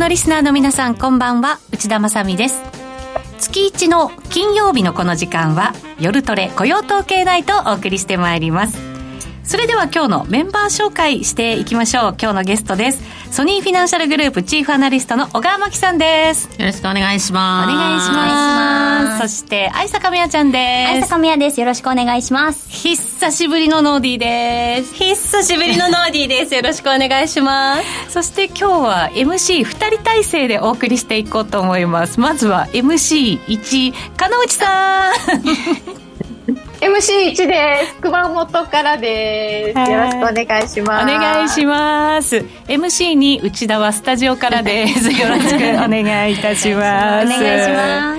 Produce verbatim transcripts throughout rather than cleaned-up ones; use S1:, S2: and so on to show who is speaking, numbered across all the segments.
S1: のリスナーの皆さん、こんばんは、内田まさみです。月一の金曜日のこの時間は夜トレ雇用統計ナイトをお送りしてまいります。それでは今日のメンバー紹介していきましょう。今日のゲストです。ソニーフィナンシャルグループチーフアナリストの小川真希さんです。
S2: よろしくお願いします。
S1: お願いします。そして相坂美也ちゃんです。
S3: 相坂美也です。よろしくお願いします。
S1: 久しぶりのノーディーです。
S4: 久しぶりのノーディーです。よろしくお願いします。
S1: そして今日は エムシーふたり体制でお送りしていこうと思います。まずは エムシーいち 鹿野内さん
S5: エムシーいち です。熊本からです。よろしくお願いします。
S1: お願いします。エムシーに 内田はスタジオからです。よろしくお願いいたします。
S3: お願いします。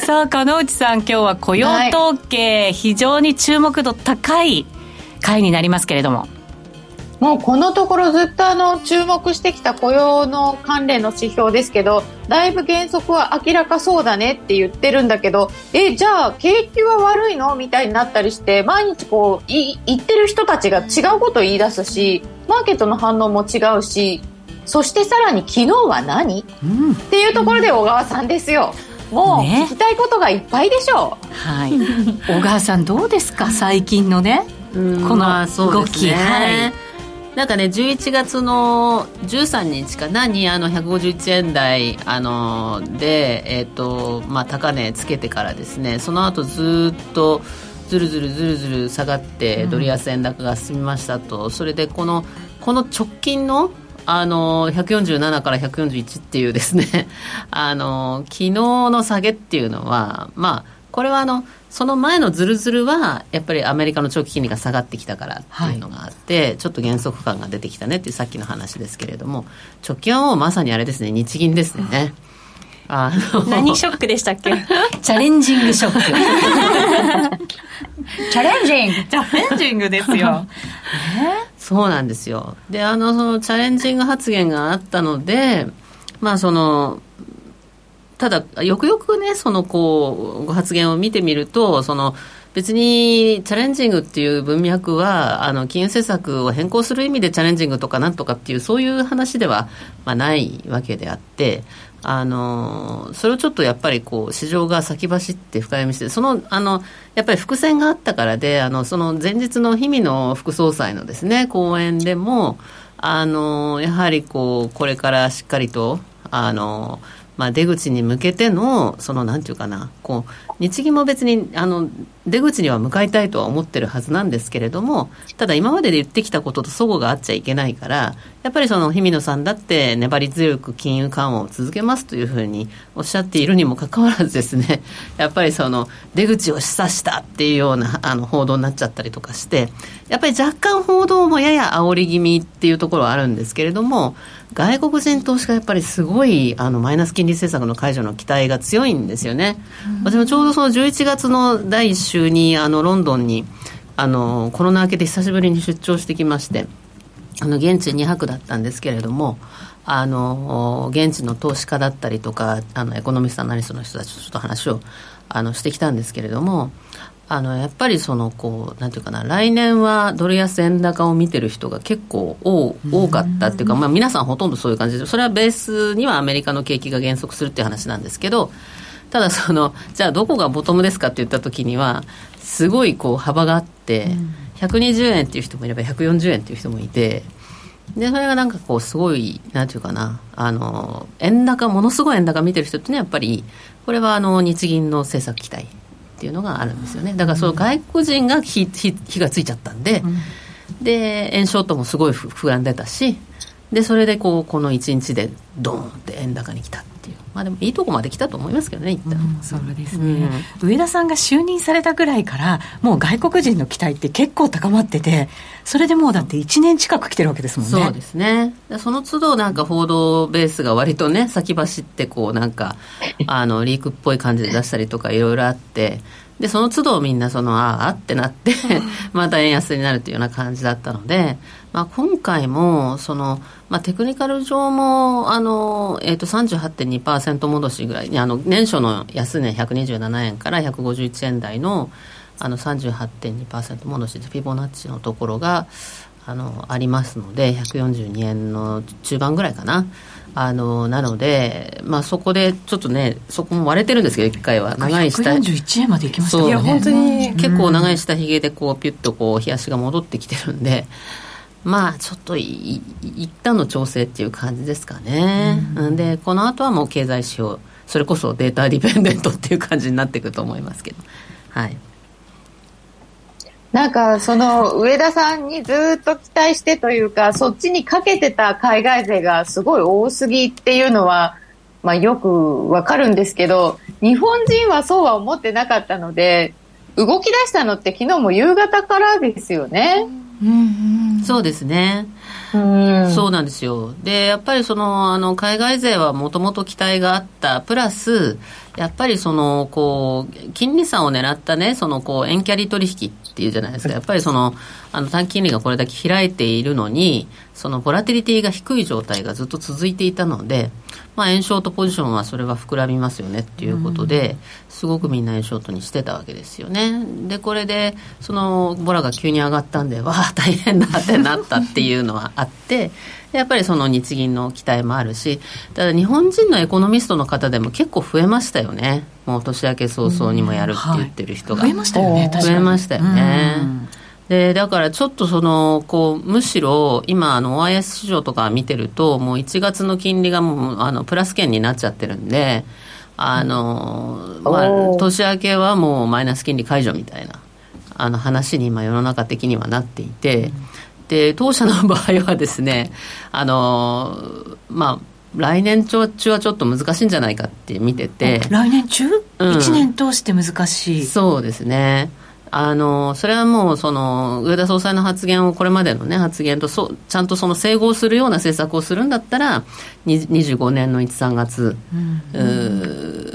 S1: さあ、鹿野内さん、今日は雇用統計、はい、非常に注目度高い回になりますけれども、
S5: もうこのところずっとあの注目してきた雇用の関連の指標ですけど、だいぶ減速は明らかそうだねって言ってるんだけど、えじゃあ景気は悪いのみたいになったりして、毎日こうい言ってる人たちが違うことを言い出すし、マーケットの反応も違うし、そしてさらに昨日は何、うん、っていうところで小川さんですよ。もう聞きたいことがいっぱいでしょう、ね、
S1: はい。小川さんどうですか、最近のね、この動き、ね、はい。
S2: なんかね、じゅういちがつのじゅうさんにちかなにあのひゃくごじゅういちえん台あので、えーとまあ、高値つけてからですね、その後ずっとずるずるずるずる下がってドル安円高が進みましたと、うん、それでこのこの直近のあのひゃくよんじゅうななからひゃくよんじゅういちっていうですねあの昨日の下げっていうのは、まあこれはあのその前のズルズルはやっぱりアメリカの長期金利が下がってきたからっていうのがあって、はい、ちょっと減速感が出てきたねっていうさっきの話ですけれども、直近はもうまさにあれですね、日銀ですね。
S4: あの何ショックでしたっけ
S1: チャレンジングショック
S3: チャレンジング
S1: チャレンジングですよ
S2: えそうなんですよ。で、あのそのチャレンジング発言があったので、まあそのただよくよくね、そのこうご発言を見てみると、その別にチャレンジングっていう文脈はあの金融政策を変更する意味でチャレンジングとかなんとかっていうそういう話では、まあ、ないわけであって、あのそれをちょっとやっぱりこう市場が先走って深読みして、そのあのやっぱり伏線があったからで、あのその前日の日々の副総裁のですね講演でも、あのやはりこうこれからしっかりとあのまあ、出口に向けてのそのなんていうかな、こう日銀も別にあの出口には向かいたいとは思ってるはずなんですけれども、ただ今までで言ってきたことと齟齬があっちゃいけないから、やっぱりその日比野さんだって粘り強く金融緩和を続けますというふうにおっしゃっているにもかかわらずですね、やっぱりその出口を示唆したっていうようなあの報道になっちゃったりとかして、やっぱり若干報道もやや煽り気味っていうところはあるんですけれども、外国人投資家やっぱりすごいあのマイナス金利政策の解除の期待が強いんですよね、うん、私もちょうどそのじゅういちがつのだいいっ週にあのロンドンにあのコロナ明けで久しぶりに出張してきまして、あの現地にはくだったんですけれども、あの現地の投資家だったりとかあのエコノミストアナリストの人たちとちょっと話をあのしてきたんですけれども、あのやっぱりそのこうなんていうかな、来年はドル安円高を見てる人が結構多, 多かったっていうか、まあ、皆さんほとんどそういう感じで、それはベースにはアメリカの景気が減速するっていう話なんですけど、ただそのじゃあどこがボトムですかって言った時にはすごいこう幅があって、ひゃくにじゅうえんっていう人もいればひゃくよんじゅうえんっていう人もいて、でそれがなんかこうすごいなんていうかな、あの円高ものすごい円高見てる人ってね、やっぱりこれはあの日銀の政策期待っていうのがあるんですよね。だからその外国人が 火, 火, 火がついちゃったんで、うん、で円ショートもすごい不安出たし、でそれでこうこのいちにちでドーンって円高に来たっていう、まあでもいいとこまで来たと思いますけどね、一旦、
S1: うん、そうですね、うん、上田さんが就任されたぐらいからもう外国人の期待って結構高まってて、それでもうだっていちねん近く来てるわけですもんね。
S2: そうですね。その都度なんか報道ベースが割とね先走ってこうなんかあのリークっぽい感じで出したりとかいろいろあって、でその都度みんなそのああってなってまた円安になるというような感じだったので、まあ、今回もその、まあ、テクニカル上もあの、えー、と さんじゅうはちてんにパーセント 戻しぐらいに、あの年初の安値ひゃくにじゅうななえんからひゃくごじゅういちえん台のあの さんじゅうはちてんにパーセント 戻しでフィボナッチのところがあのありますので、ひゃくよんじゅうにえんの中盤ぐらいかな、 あのなので、まあ、そこでちょっとねそこも割れてるんですけどいっかいは長い下
S1: ひゃくよんじゅういちえんまでいきましたね。
S4: いや本当に
S2: 結構長い下髭でこうピュッとこう日足が戻ってきてるんで、まあちょっといい一旦の調整っていう感じですかね、うん、でこの後はもう経済指標それこそデータディペンデントっていう感じになっていくと思いますけど、はい。
S5: なんかその上田さんにずっと期待してというかそっちにかけてた海外勢がすごい多すぎっていうのは、まあ、よくわかるんですけど日本人はそうは思ってなかったので動き出したのって昨日も夕方からですよね、
S2: うんうん、そうですね、うん、そうなんですよ。でやっぱりそのあの海外勢はもともと期待があったプラスやっぱりそのこう金利差を狙ったねそのこう円キャリ取引っていうじゃないですか。やっぱりそのあの短期金利がこれだけ開いているのにそのボラティリティが低い状態がずっと続いていたので、まあ、円ショートポジションはそれは膨らみますよねっていうことで、すごくみんな円ショートにしてたわけですよね。でこれでそのボラが急に上がったんでわあ大変だってなったっていうのはあってやっぱりその日銀の期待もあるし、ただ日本人のエコノミストの方でも結構増えましたよね。もう年明け早々にもやるって言ってる人が、
S1: はい、増えましたよね。
S2: 増えましたよね。でだからちょっとそのこうむしろ今あの オーアイエス 市場とか見てるともういちがつの金利がもうあのプラス圏になっちゃってるんで、あの、まあ、年明けはもうマイナス金利解除みたいなあの話に今世の中的にはなっていて、で当社の場合はですねあのまあ来年中はちょっと難しいんじゃないかって見てて。
S1: 来年中、
S2: うん、
S1: いちねん通して難しい。
S2: そうですね。あのそれはもうその上田総裁の発言をこれまでの、ね、発言とそちゃんとその整合するような政策をするんだったらにじゅうごねんのいち、さんがつ、うん、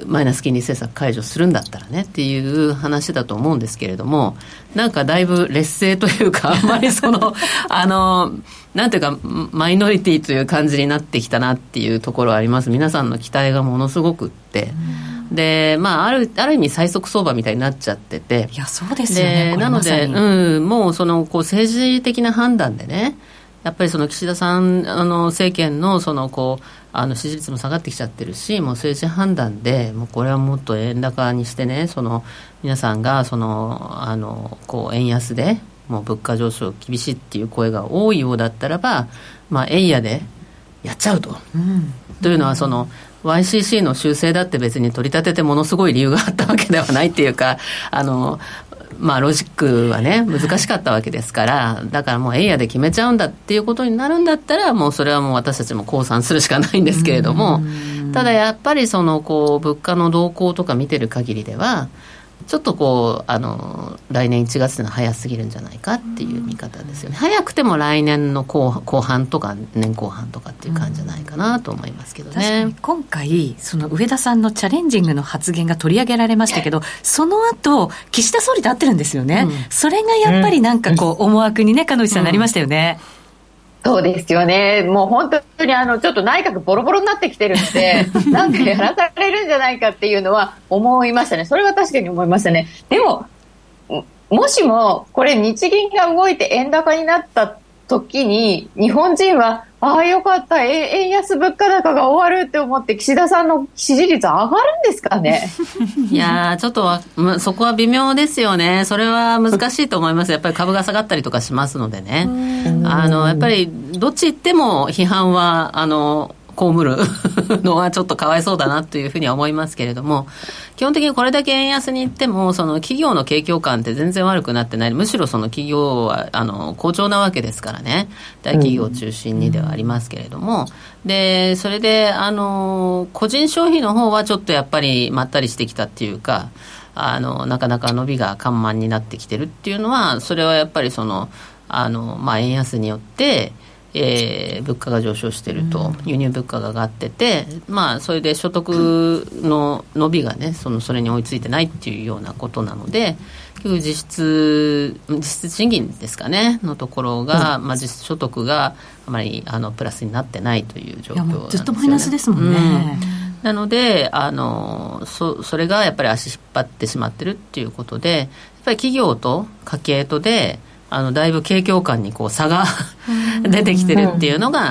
S2: マイナス金利政策解除するんだったらねっていう話だと思うんですけれども、なんかだいぶ劣勢というかあんまりそのあのなんていうかマイノリティという感じになってきたなっていうところはあります。皆さんの期待がものすごくって、うん、でまああるある意味最速相場みたいになっちゃってて、
S1: いやそうですよね。
S2: でなので、うん、もうそのこう政治的な判断でねやっぱりその岸田さんあの政権のそのこうあの支持率も下がってきちゃってるし、もう政治判断でもうこれはもっと円高にしてねその皆さんがそのあのこう円安でもう物価上昇厳しいっていう声が多いようだったらば、まあ、エイヤでやっちゃうと、うん、というのはその ワイシーシー の修正だって別に取り立ててものすごい理由があったわけではないっていうかあのまあロジックはね難しかったわけですから、だからもうエイヤで決めちゃうんだっていうことになるんだったらもうそれはもう私たちも降参するしかないんですけれども、ただやっぱりそのこう物価の動向とか見てる限りではちょっとこうあの来年いちがつの早すぎるんじゃないかっていう見方ですよね。早くても来年の後後半とか年後半とかっていう感じじゃないかなと思いますけどね。
S1: 確かに今回その上田さんのチャレンジングの発言が取り上げられましたけど、その後岸田総理と会ってるんですよね、うん、それがやっぱりなんかこう思惑にね鹿野内さんなりましたよね、うん
S5: そうですよね。もう本当にあのちょっと内閣ボロボロになってきてるのでなんかやらされるんじゃないかっていうのは思いましたね。それは確かに思いましたね。でももしもこれ日銀が動いて円高になった時に日本人はああよかった円安物価高が終わるって思って岸田さんの支持率上がるんですかね。
S2: いやちょっとそこは微妙ですよね。それは難しいと思います。やっぱり株が下がったりとかしますのでね、あのやっぱりどっち行っても批判はあの被るのはちょっとかわいそうだなというふうには思いますけれども、基本的にこれだけ円安に行ってもその企業の景況感って全然悪くなってない。むしろその企業はあの好調なわけですからね、大企業を中心にではありますけれども、うん、でそれであの個人消費の方はちょっとやっぱりまったりしてきたっていうか、あのなかなか伸びが緩慢になってきてるっていうのは、それはやっぱりそのあの、まあ、円安によってえー、物価が上昇していると、うん、輸入物価が上がってて、まあ、それで所得の伸びがね そのそれに追いついてないっていうようなことなので、結局実質実質賃金ですかねのところが、うんまあ、実質所得があまりあのプラスになってないという状況なんですよね。
S1: ずっとマイナスですもんね、
S2: うん、なのであの そ, それがやっぱり足引っ張ってしまってるっていうことで、やっぱり企業と家計とであのだいぶ景況感にこう差が出てきてるっていうのが、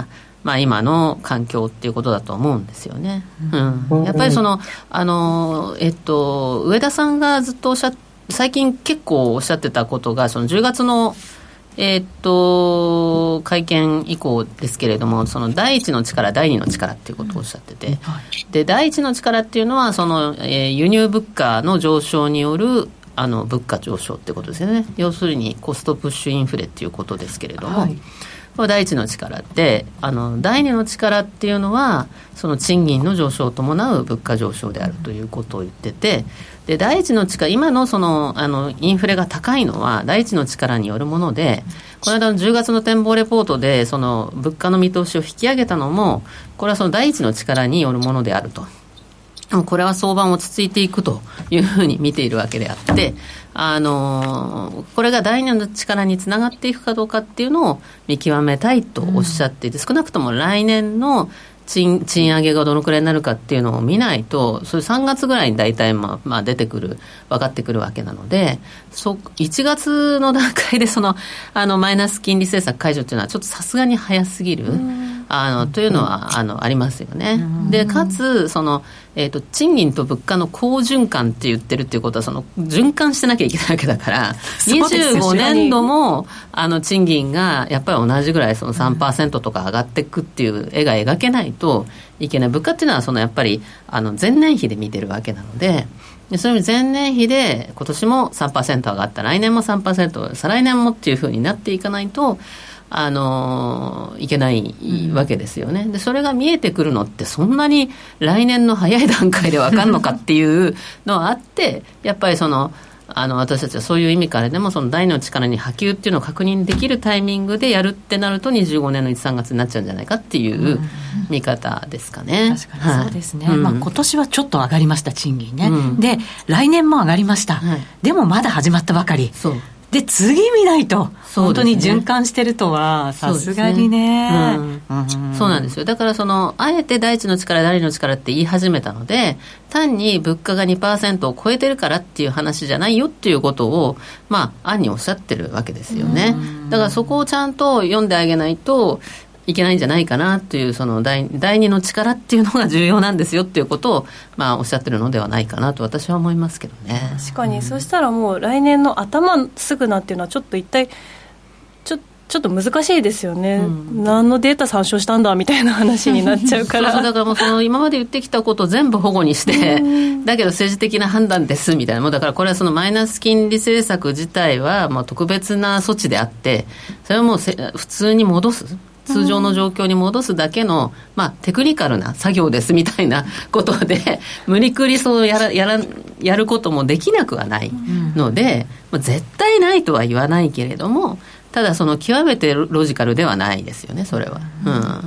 S2: まあ、今の環境っていうことだと思うんですよね、うんうん、やっぱりそのあの、えっと、上田さんがずっとおっしゃっ最近結構おっしゃってたことがそのじゅうがつのえー、っと会見以降ですけれども、その第一の力第二の力っていうことをおっしゃってて、うんはい、で第一の力っていうのはその、えー、輸入物価の上昇によるあの物価上昇ってことですよね。要するにコストプッシュインフレっていうことですけれども、はい、第一の力であの第二の力っていうのはその賃金の上昇を伴う物価上昇であるということを言ってて、で第一の力今のそのあのインフレが高いのは第一の力によるもので、この間のじゅうがつの展望レポートでその物価の見通しを引き上げたのもこれはその第一の力によるものであると。これは相場も落ち着いていくというふうに見ているわけであって、あのこれが第二の力につながっていくかどうかっていうのを見極めたいとおっしゃっていて、うん、少なくとも来年の賃, 賃上げがどのくらいになるかっていうのを見ないと、それさんがつぐらいに大体、まあまあ、出てくる分かってくるわけなので、そいちがつの段階でそのあのマイナス金利政策解除っていうのはちょっとさすがに早すぎる、うん、あのというのは、うん、あのありますよね、うん、でかつその、えーと、賃金と物価の好循環って言ってるっていうことはその循環してなきゃいけないわけだからにじゅうごねんどもあの賃金がやっぱり同じぐらいその さんパーセント とか上がっていくっていう絵が描けないといけない。物価っていうのはそのやっぱりあの前年比で見てるわけなので、でそれに前年比で今年も さんパーセント 上がった、来年も さんパーセント、 再来年もっていうふうになっていかないとあのいけないわけですよね。でそれが見えてくるのってそんなに来年の早い段階で分かるのかっていうのはあってやっぱりそのあの私たちはそういう意味からでもその第二の力に波及っていうのを確認できるタイミングでやるってなるとにじゅうごねんのいち、さんがつになっちゃうんじゃないかっていう見方ですかね。
S1: 確かにそうですね、はい、まあ、今年はちょっと上がりました賃金ね、うん、で来年も上がりました、はい、でもまだ始まったばかりそうで次見ないと、ね、本当に循環してるとはさすがにね、
S2: うんうん、そうなんですよ。だからそのあえて第一の力第二の力って言い始めたので、単に物価が にパーセント を超えてるからっていう話じゃないよっていうことをまあ暗におっしゃってるわけですよね。だからそこをちゃんと読んであげないといけないんじゃないかなという、その 第, 第二の力っていうのが重要なんですよっていうことを、まあ、おっしゃってるのではないかなと私は思いますけどね。
S4: 確かに、うん、そしたらもう来年の頭すぐなっていうのはちょっと一体ちょちょっと難しいですよね、うん、何のデータ参照したんだみたいな話になっちゃうから
S2: そうだからもうその今まで言ってきたことを全部保護にしてだけど政治的な判断ですみたいな、もうだからこれはそのマイナス金利政策自体はもう特別な措置であって、それはもうせ普通に戻す通常の状況に戻すだけの、まあ、テクニカルな作業ですみたいなことで無理くりそうやら、やら、やることもできなくはないので、まあ、絶対ないとは言わないけれども、ただその極めてロジカルではないですよねそれは、うん、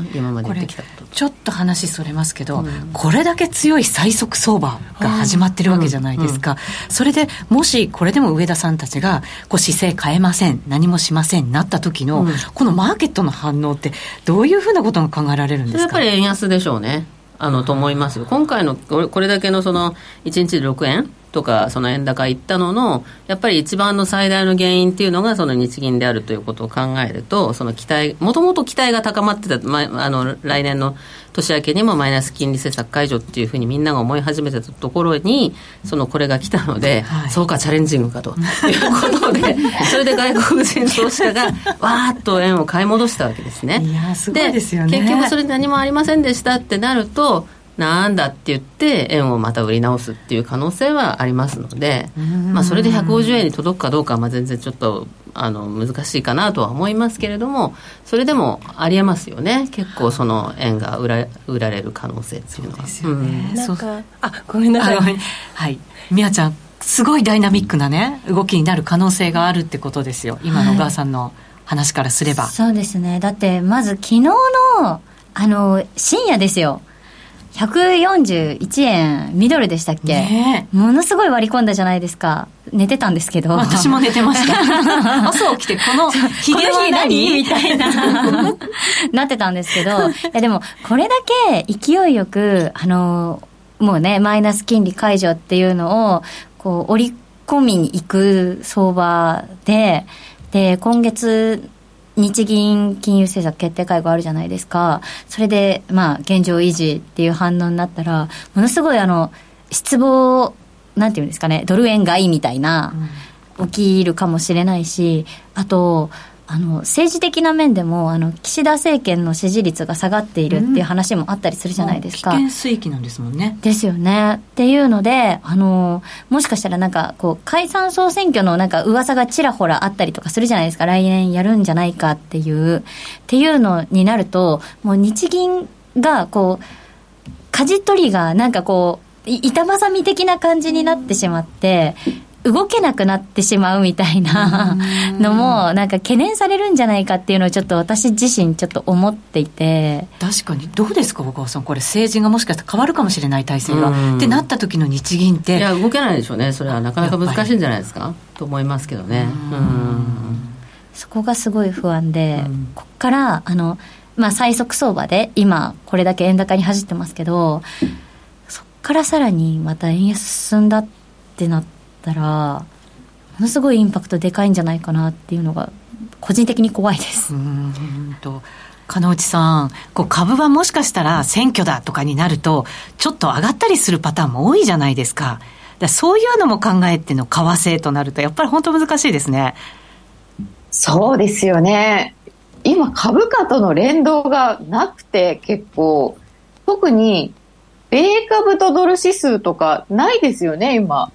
S2: 今まで言ってきたこと
S1: ちょっと話それますけど、うん、これだけ強い最速相場が始まってるわけじゃないですか、うんうん、それでもしこれでも上田さんたちがこう姿勢変えません何もしませんなった時の、うん、このマーケットの反応ってどういうふうなことが考えられるんですか。
S2: やっぱり円安でしょうね、あのと思いますよ。今回のこれだけのそのいちにちでろくえんとかその円高いったののやっぱり一番の最大の原因っていうのがその日銀であるということを考えると、その期待もともと期待が高まってた、ま、あの来年の年明けにもマイナス金利政策解除っていうふうにみんなが思い始めてたところにそのこれが来たので、はい、そうかチャレンジングかということでそれで外国人投資家がわーっと円を買い戻したわけですね。
S1: いやすごいですよね。
S2: で結局それで何もありませんでしたってなるとなんだって言って円をまた売り直すっていう可能性はありますので、まあ、それでひゃくごじゅうえんに届くかどうかはまあ全然ちょっとあの難しいかなとは思いますけれども、それでもありえますよね。結構その円が売ら、売られる可能性っていうのは。そうですよね、
S4: うん、なんかあごめんなさい、
S1: はい、みやちゃんすごいダイナミックなね動きになる可能性があるってことですよ、今の小川さんの話からすれば、はい、
S3: そうですね。だってまず昨日のあの深夜ですよ、ひゃくよんじゅういちえんミドルでしたっけ、ね、ものすごい割り込んだじゃないですか。寝てたんですけど
S1: 私も寝てました朝起きてこのヒゲは何
S3: みたいななってたんですけど、いやでもこれだけ勢いよくあのもうねマイナス金利解除っていうのをこう織り込みに行く相場で、で今月日銀金融政策決定会合あるじゃないですか。それでまあ現状維持っていう反応になったら、ものすごいあの失望、なんていうんですかね、ドル円買いみたいな、うん、起きるかもしれないし、あとあの政治的な面でもあの岸田政権の支持率が下がっているっていう話もあったりするじゃないですか、
S1: うん、危険水域なんですもんね。
S3: ですよね。っていうので、あのもしかしたらなんかこう解散総選挙のなんか噂がちらほらあったりとかするじゃないですか。来年やるんじゃないかっていうっていうのになると、もう日銀がこう舵取りがなんかこう板挟み的な感じになってしまって、動けなくなってしまうみたいなのもなんか懸念されるんじゃないかっていうのをちょっと私自身ちょっと思っていて。
S1: 確かにどうですか小川さん、これ政治がもしかしたら変わるかもしれない体制がってなった時の日銀って、
S2: いや動けないでしょうね。それはなかなか難しいんじゃないですかと思いますけどね。うん、
S3: そこがすごい不安で、ここからあの、まあ、最速相場で今これだけ円高に走ってますけど、そこからさらにまた円安進んだってなってたらものすごいインパクトでかいんじゃないかなっていうのが個人的に怖いです。
S1: うーんと金内さん、こう株はもしかしたら選挙だとかになるとちょっと上がったりするパターンも多いじゃないですか。だそういうのも考えての為替となるとやっぱり本当難しいですね。
S5: そうですよね。今株価との連動がなくて、結構特に米株とドル指数とかないですよね今。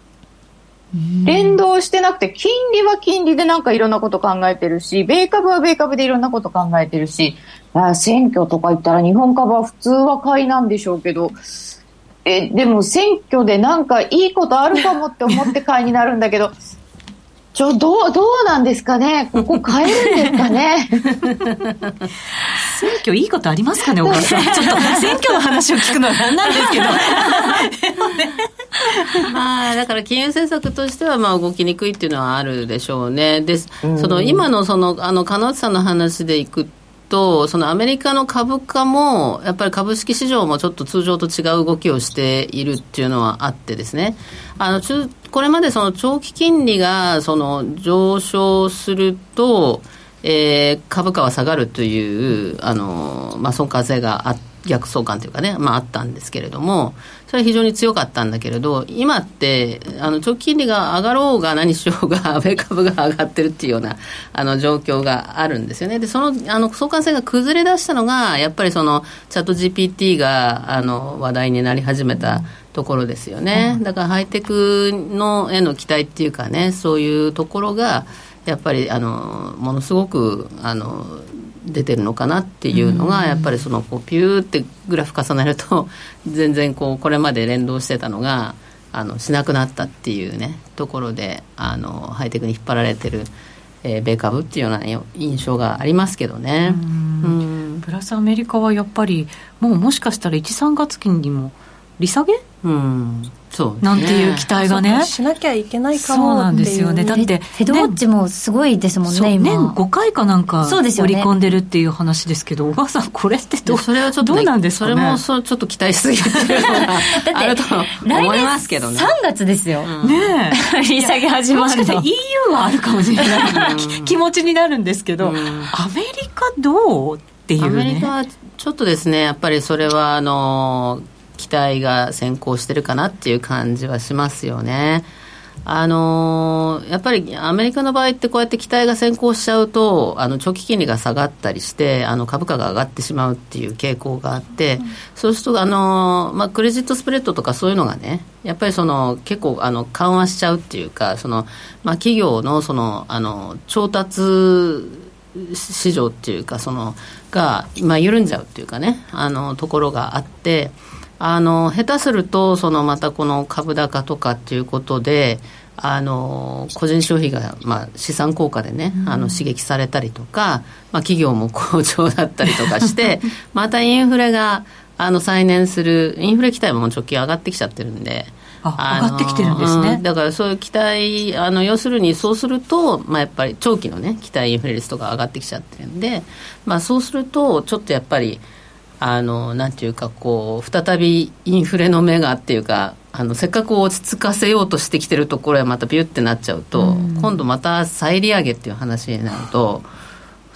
S5: 連動してなくて、金利は金利でなんかいろんなこと考えてるし、米株は米株でいろんなこと考えてるし、あ選挙とか言ったら日本株は普通は買いなんでしょうけど、えでも選挙でなんかいいことあるかもって思って買いになるんだけどちょどうどうなんですかね、ここ買えるんですかね
S1: 選挙いいことありますかね、小川さん。ちょっと選挙の話を聞くのは何なんですけど
S2: まあ、だから金融政策としてはまあ動きにくいっていうのはあるでしょうね。で、その今のそのあの金内さんの話でいくと、そのアメリカの株価もやっぱり株式市場もちょっと通常と違う動きをしているっていうのはあってですね、あの中これまでその長期金利がその上昇すると、えー、株価は下がるというあの、まあ、相関性があって逆相関というかね、まあ、あったんですけれども、それは非常に強かったんだけれど、今ってあの長期金利が上がろうが何しようが米株が上がってるっていうようなあの状況があるんですよね。でそのあの相関性が崩れ出したのがやっぱりそのチャット ジーピーティー があの話題になり始めたところですよね。だからハイテクのへの期待っていうかね、そういうところがやっぱりあのものすごくあの出てるのかなっていうのが、やっぱりそのこうピューってグラフ重ねると全然こうこれまで連動してたのがあのしなくなったっていうねところで、あのハイテクに引っ張られてる、えー、米株っていうような印象がありますけどね。うんうん
S1: プラスアメリカはやっぱりもうもしかしたらいち、さんがつ期にも利下げ、
S2: うんそうね、
S1: なんていう期待がね
S4: しなきゃいけないかもっていう。
S1: そうなんですよね。だって
S3: フェドウォッチもすごいですもんね、今
S1: 年ごかいかなんか織り込んでるっていう話ですけど、小川さんこれってどう、
S2: それはちょっと、ね、
S1: どうなんですかね。
S2: それもそうちょっと期待しすぎてるのがあると思いますけどね。
S3: さんがつですよ、
S1: うん、ねえ
S3: 利下げ始まるの。
S1: もしかしたら イーユー はあるかもしれない気持ちになるんですけど、うん、アメリカどうっていうね。
S2: アメリカはちょっとですね、やっぱりそれはあの期待が先行してるかなっていう感じはしますよね。あのー、やっぱりアメリカの場合ってこうやって期待が先行しちゃうとあの長期金利が下がったりしてあの株価が上がってしまうっていう傾向があって、うん、そうするとあのー、まあ、クレジットスプレッドとかそういうのがねやっぱりその結構あの緩和しちゃうっていうか、その、まあ、企業のそのあの調達市場っていうかそのが、まあ、緩んじゃうっていうかねあのところがあって、あの下手するとそのまたこの株高とかっていうことであの個人消費が、まあ、資産効果でね、うん、あの刺激されたりとか、まあ、企業も好調だったりとかしてまたインフレがあの再燃する、インフレ期待も直近上がってきちゃってるんで、
S1: あ上がってきてるんですね、
S2: うん、だからそういう期待あの要するにそうすると、まあ、やっぱり長期のね期待インフレ率とか上がってきちゃってるんで、まあ、そうするとちょっとやっぱりあのなんていうかこう再びインフレの目がっていうかあのせっかく落ち着かせようとしてきてるところへまたビュッてなっちゃうと、うん、今度また再利上げっていう話になると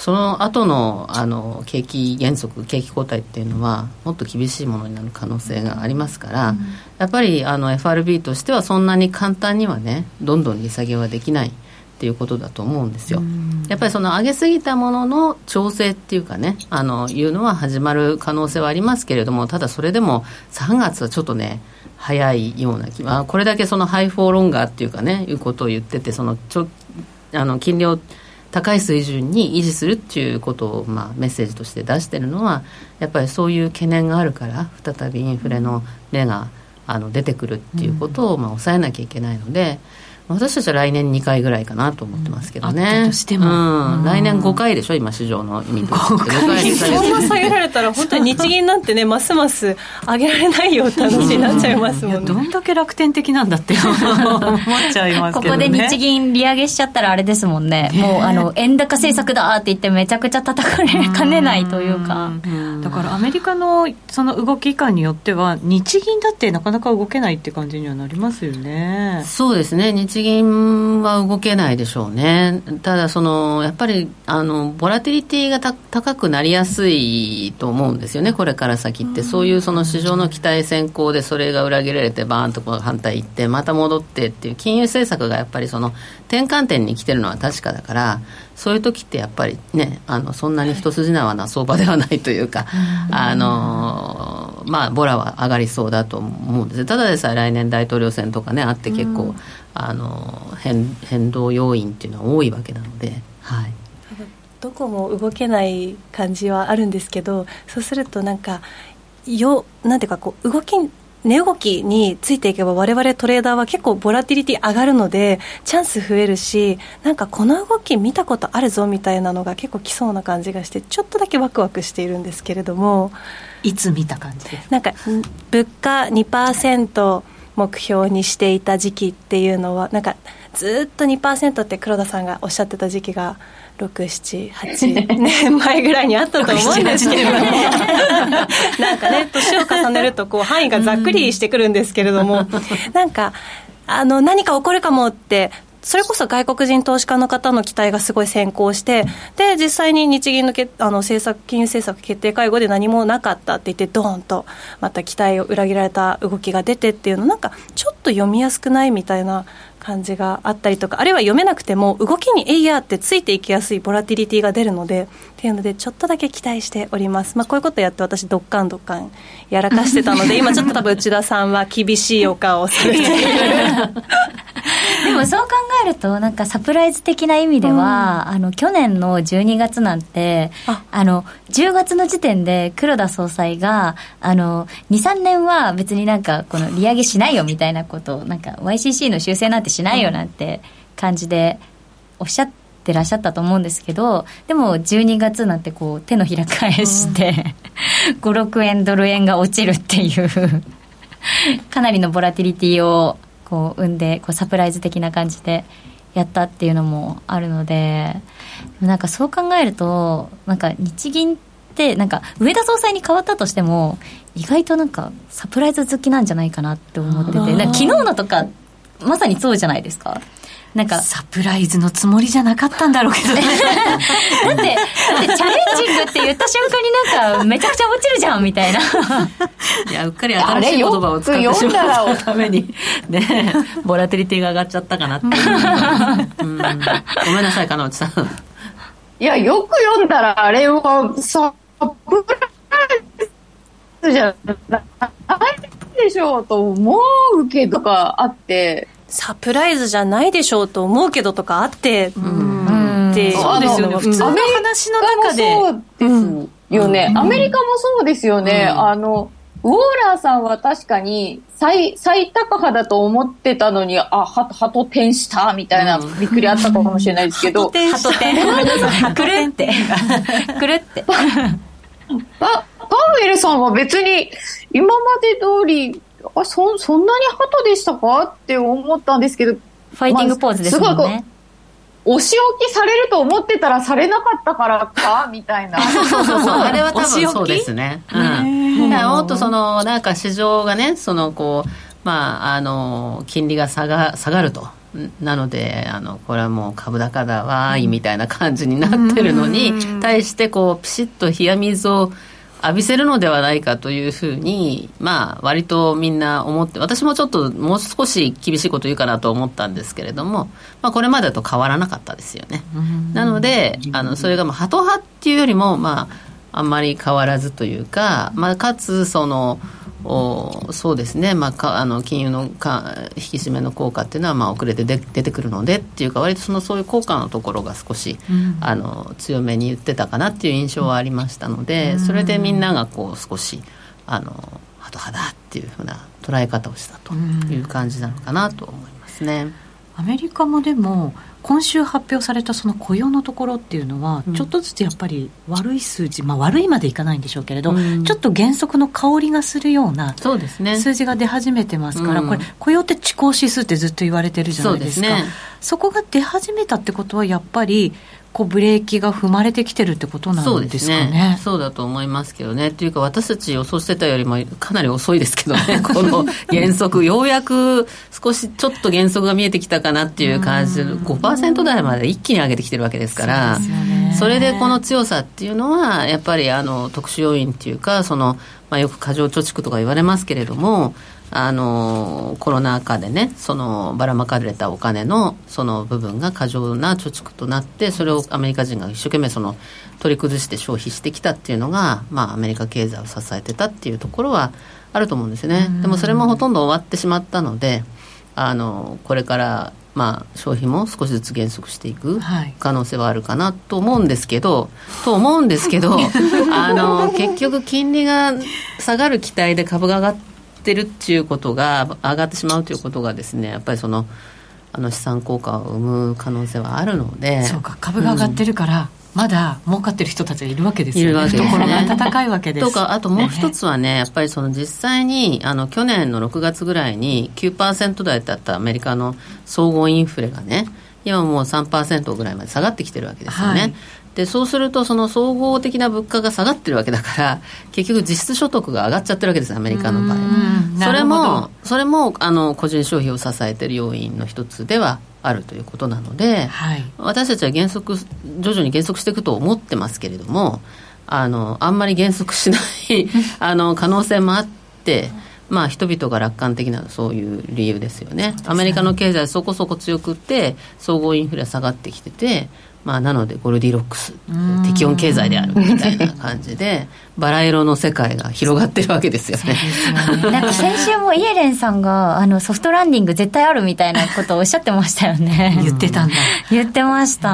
S2: その後のあの景気減速、景気後退っていうのはもっと厳しいものになる可能性がありますから、うん、やっぱりあの エフアールビー としてはそんなに簡単にはねどんどん利下げはできないっていうことだと思うんですよ。やっぱりその上げすぎたものの調整っていうかね、あのいうのは始まる可能性はありますけれども、ただそれでもさんがつはちょっとね早いような気は、これだけそのハイフォーロンガーっていうかねいうことを言ってて、そのちょあの金利を高い水準に維持するっていうことを、まあ、メッセージとして出してるのはやっぱりそういう懸念があるから再びインフレの芽があの出てくるっていうことを、まあ、抑えなきゃいけないので、私たちは来年にかいぐらいかなと思ってますけどね、うん、あったとしても、うん、来年ごかいでしょ今市場の意味としてごかい
S4: そんな下げられたら本当に日銀なんてねますます上げられないよって話になっちゃいますもんね。
S1: どんだけ楽天的なんだって思っちゃいますけどね。
S3: ここで日銀利上げしちゃったらあれですもんね、もうあの円高政策だって言ってめちゃくちゃ叩かれかねないというか、
S1: だからアメリカのその動き感によっては日銀だってなかなか動けないって感じにはなりますよね。
S2: そうですね、日銀は動けないでしょうね。ただそのやっぱりあのボラティリティがた高くなりやすいと思うんですよね、これから先って。そういうその市場の期待先行でそれが裏切られてバーンとこう反対いってまた戻ってっていう金融政策がやっぱりその転換点に来てるのは確かだから、そういう時ってやっぱりねあのそんなに一筋縄な相場ではないというか、あのまあボラは上がりそうだと思うんです。ただでさえ来年大統領選とかねあって結構、うん、あの 変, 変動要因っていうのは多いわけなので、はい、
S4: どこも動けない感じはあるんですけど、そうするとなんかよなんていうかこう動き値動きについていけば我々トレーダーは結構ボラティリティ上がるのでチャンス増えるし、なんかこの動き見たことあるぞみたいなのが結構来そうな感じがしてちょっとだけワクワクしているんですけれども、
S1: いつ見た感じですか？
S4: なんか物価 にパーセント 目標にしていた時期っていうのはなんかずっと にパーセント って黒田さんがおっしゃってた時期がろく、なな、はちねんまえぐらいにあったと思うんですけれどもなんかね年を重ねるとこう範囲がざっくりしてくるんですけれども、なんかあの何か起こるかもってそれこそ外国人投資家の方の期待がすごい先行して、で実際に日銀のけあの政策金融政策決定会合で何もなかったって言ってドーンとまた期待を裏切られた動きが出てっていうのなんかちょっと読みやすくないみたいな感じがあったりとか、あるいは読めなくても動きにエイヤーってついていきやすいボラティリティが出るのでっていうのでちょっとだけ期待しております。まあ、こういうことやって私ドッカンドッカンやらかしてたので今ちょっと多分内田さんは厳しいお顔をされている
S3: でもそう考えるとなんかサプライズ的な意味では、うん、あの去年のじゅうにがつなんて あ, あのじゅうがつの時点で黒田総裁があの にさんねんは別になんかこの利上げしないよみたいなことをなんか ワイシーシー の修正なんてしないよなんて感じでおっしゃってらっしゃったと思うんですけど、でもじゅうにがつなんてこう手のひら返して、うん、ご、ろくえんドル円が落ちるっていうかなりのボラティリティをこう生んでこうサプライズ的な感じでやったっていうのもあるので、なんかそう考えるとなんか日銀ってなんか上田総裁に変わったとしても意外となんかサプライズ好きなんじゃないかなって思ってて、なんか昨日のとかまさにそうじゃないですか。なんか
S1: サプライズのつもりじゃなかったんだろうけどね
S3: だってだってチャレンジングって言った瞬間になんかめちゃくちゃ落ちるじゃんみたいない
S2: やうっかり新しい言葉を使ってしまったためにねボラティリティが上がっちゃったかなっていう、うん、ごめんなさい金内さん。
S5: いやよく読んだらあれはサプライズじゃないでしょうと思うけどがあって、
S4: サプライズじゃないでしょうと思うけどとかあって、うんって
S1: そうですよね。普通の話の中で
S5: そうですよね、うん、アメリカもそうですよね、うん、あのウォーラーさんは確かに 最, 最高波だと思ってたのにあはハト転したみたいなびっくりあったかもしれないですけど、
S3: ハト転したくるってくるって
S5: パ, パウエルさんは別に今まで通りあ そ, そんなにハトでしたかって思ったんですけど、
S3: ファイティングポーズですもんね、
S5: まあ、お仕置きされると思ってたらされなかったからかみたいな
S2: そうそうそうそうあれは多分そうですね、うん、だからもっとそのなんか市場がねそのこうまああの金利が下が下がるとなのであのこれはもう株高だわーいみたいな感じになってるのに対してこうピシッと冷や水を浴びせるのではないかというふうに、まあ、割とみんな思って、私もちょっともう少し厳しいこと言うかなと思ったんですけれども、まあ、これまでと変わらなかったですよね。なのであのそれがまあハト派っていうよりも、まあ、あんまり変わらずというか、まあ、かつそのおそうですね、まあ、かあの金融のか引き締めの効果っていうのはまあ遅れてで出てくるのでっていうか、割とそのそういう効果のところが少し、うん、あの強めに言ってたかなっていう印象はありましたので、うん、それでみんながこう少しあのハト派だっていうふうな捉え方をしたという感じなのかなと思いますね。うん、
S1: アメリカもでも今週発表されたその雇用のところっていうのは、うん、ちょっとずつやっぱり悪い数字、まあ、悪いまでいかないんでしょうけれど、うん、ちょっと減速の香りがするような数字が出始めてますから、うん、これ雇用って遅行指数ってずっと言われてるじゃないですか。 そうですね。そこが出始めたってことはやっぱりこうブレーキが踏まれてきてるってことなんですかね。そうですね。
S2: そうだと思いますけどね。というか私たち予想してたよりもかなり遅いですけどねこの減速ようやく少しちょっと減速が見えてきたかなっていう感じで ごパーセント 台まで一気に上げてきてるわけですから、 そうですよね。それでこの強さっていうのはやっぱりあの特殊要因っていうか、その、まあ、よく過剰貯蓄とか言われますけれども、あのコロナ禍でね、そのばらまかれたお金のその部分が過剰な貯蓄となって、それをアメリカ人が一生懸命その取り崩して消費してきたっていうのが、まあ、アメリカ経済を支えてたっていうところはあると思うんですよね。でもそれもほとんど終わってしまったので、あのこれからまあ消費も少しずつ減速していく可能性はあるかなと思うんですけど、はい、と思うんですけどあの結局金利が下がる期待で株が上がってってるっていうことが上がってしまうということがですね、やっぱりそのあの資産効果を生む可能性はあるので。
S1: そうか、株が上がってるから、うん、まだ儲かってる人たちがいるわけですよね。懐が温かいわけです。
S2: とか、あともう一つはね、やっぱりその実際にあの去年のろくがつぐらいに きゅうパーセント 台だったアメリカの総合インフレがね、今もう さんパーセント ぐらいまで下がってきてるわけですよね。はい。でそうするとその総合的な物価が下がってるわけだから、結局実質所得が上がっちゃってるわけです、アメリカの場合。それもそれもあの個人消費を支えている要因の一つではあるということなので、はい、私たちは減速徐々に減速していくと思ってますけれども、あのあんまり減速しないあの可能性もあって、まあ、人々が楽観的なそういう理由ですよね。アメリカの経済そこそこ強くって総合インフレ下がってきてて、まあ、なのでゴルディロックス適温経済であるみたいな感じでバラ色の世界が広がってるわけですよね。
S3: そうですよね。なんか先週もイエレンさんがあのソフトランディング絶対あるみたいなことをおっしゃってましたよね。
S1: 言ってたんだ。
S3: 言ってました。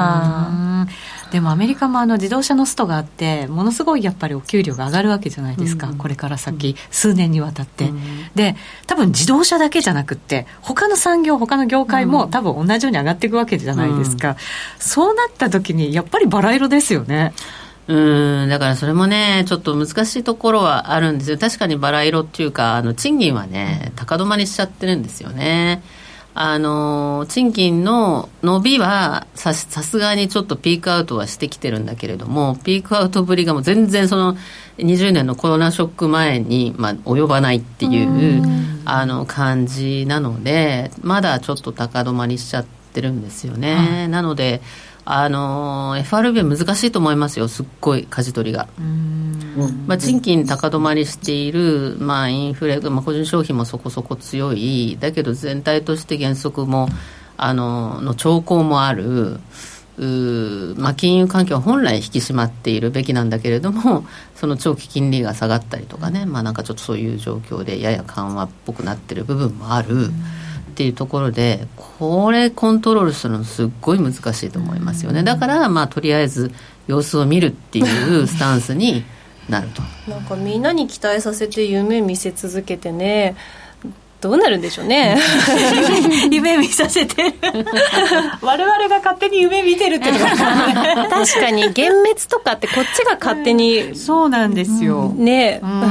S1: でもアメリカもあの自動車のストがあってものすごいやっぱりお給料が上がるわけじゃないですか、うん、これから先、うん、数年にわたって、うん、で多分自動車だけじゃなくって他の産業他の業界も多分同じように上がっていくわけじゃないですか、うん、そうなった時にやっぱりバラ色ですよね。
S2: うんだからそれもねちょっと難しいところはあるんですよ。確かにバラ色っていうかあの賃金はね高止まりしちゃってるんですよね。あの賃金の伸びはさすがにちょっとピークアウトはしてきてるんだけれども、ピークアウトぶりがもう全然そのにじゅうねんのコロナショック前に、まあ、及ばないっていうあの感じなので、まだちょっと高止まりしちゃってるんですよね、うん、なのであの エフアールビー は難しいと思いますよ。すっごい舵取りが、うんまあ、賃金高止まりしている、まあ、インフレ、まあ、個人消費もそこそこ強いだけど全体として減速もあのの兆候もあるう、まあ、金融環境は本来引き締まっているべきなんだけれども、その長期金利が下がったりとかね、まあ、なんかちょっとそういう状況でやや緩和っぽくなってる部分もあるっていうところで、これコントロールするのすっごい難しいと思いますよね。だからまあとりあえず様子を見るっていうスタンスになると
S4: なんかみんなに期待させて夢見せ続けてね、どうなるんでしょうね
S1: 夢見させて我々が勝手に夢見てるっていうのが
S4: 確かに幻滅とかってこっちが勝手に、
S1: うん、そうなんですよ、
S4: うん、ね、
S1: うんうん、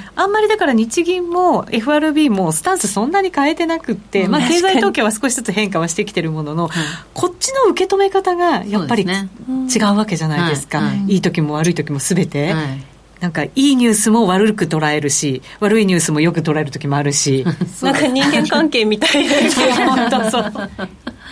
S1: あんまりだから日銀も エフアールビー もスタンスそんなに変えてなくって、うんまあ、経済統計は少しずつ変化はしてきてるものの、うん、こっちの受け止め方がやっぱり、ね、違うわけじゃないですか、はいはい、いい時も悪い時も全て、はいなんかいいニュースも悪く捉えるし悪いニュースもよく捉える時もあるし
S4: なんか人間関係みたいな
S1: 本当そう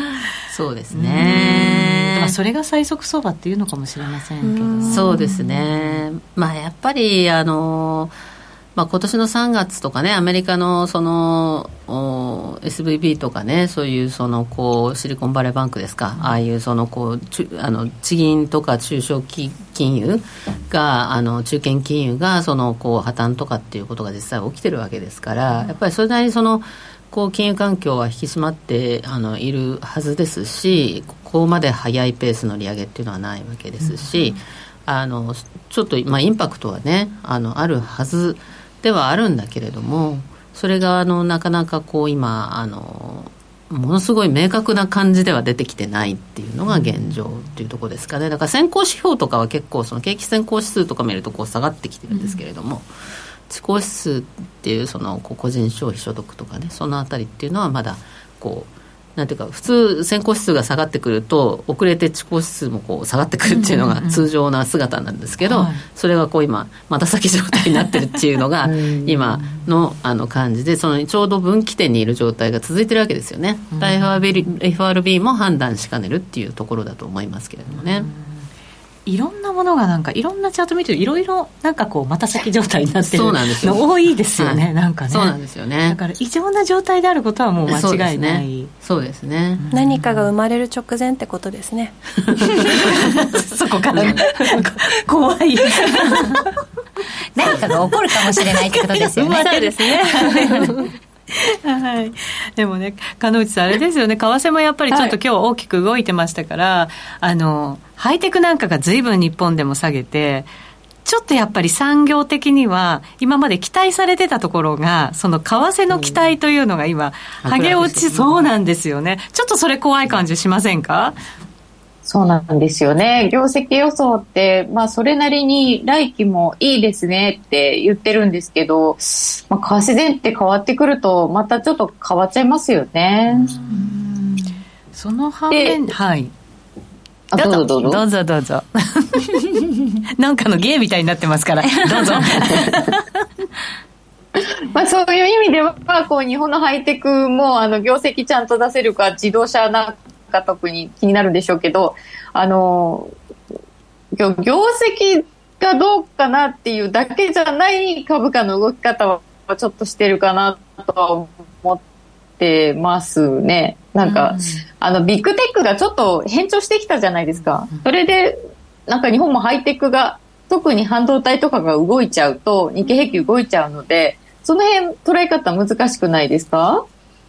S2: そうですね。
S1: まあ、それが最速相場っていうのかもしれませんけど。
S2: そうですね。まあやっぱりあのまあ、今年のさんがつとかね、アメリカのその エスブイビー とかね、そういうそのこうシリコンバレーバンクですか、ああいうそのこうあの地銀とか中小金融があの中堅金融がそのこう破綻とかっていうことが実際起きてるわけですから、やっぱりそれなりにそのこう金融環境は引き締まってあのいるはずですし、ここまで速いペースの利上げっていうのはないわけですし、あのちょっと、まあ、インパクトはね あのあるはずではあるんだけれども、それがあのなかなかこう今あのものすごい明確な感じでは出てきてないっていうのが現状っていうところですかね。だから先行指標とかは結構その景気先行指数とか見るとこう下がってきてるんですけれども、うん、地高指数っていうそのこう個人消費所得とかね、そのあたりっていうのはまだこうなんていうか、普通先行指数が下がってくると遅れて地高指数もこう下がってくるっていうのが通常な姿なんですけど、うんうんうん、それがこう今また先状態になってるっていうのが今 の, あの感じで、そのちょうど分岐点にいる状態が続いてるわけですよね、うん、エフアールビー, エフアールビー も判断しかねるっていうところだと思いますけれどもね、うん、
S1: いろんなものがなんかいろんなチャート見てるいろいろなんかこうまた先状態になってるの多いですよね、はい、なんかね、
S2: そうなんですよね。
S1: だから異常な状態であることはもう間違いない。
S2: そうですね、
S4: うん、何かが生まれる直前ってことですね
S1: そこから怖い
S3: 何かが起こるかもしれないってことですよね
S4: そうですね
S1: はい、でもね、鹿内さんあれですよね、為替もやっぱりちょっと今日大きく動いてましたから、はい、あのハイテクなんかが随分日本でも下げて、ちょっとやっぱり産業的には今まで期待されてたところが、その為替の期待というのが今剥げ落ちそうなんですよね。ちょっとそれ怖い感じしませんか？
S5: そうなんですよね。業績予想って、まあそれなりに来期もいいですねって言ってるんですけど、まあ、為替前って変わってくるとまたちょっと変わっちゃいますよね。うん、
S1: その反面、はい。
S5: あ、どうぞどうぞ。
S1: どうぞどうぞ。なんかの芸みたいになってますから、どうぞ。
S5: まあそういう意味では、こう日本のハイテクもあの業績ちゃんと出せるか、自動車なんか特に気になるんでしょうけど、あの業績がどうかなっていうだけじゃない株価の動き方はちょっとしてるかなとは思ってますね。なんか、うん、あのビッグテックがちょっと変調してきたじゃないですか。それでなんか日本もハイテクが特に半導体とかが動いちゃうと日経平均動いちゃうので、その辺捉え方難しくないですか？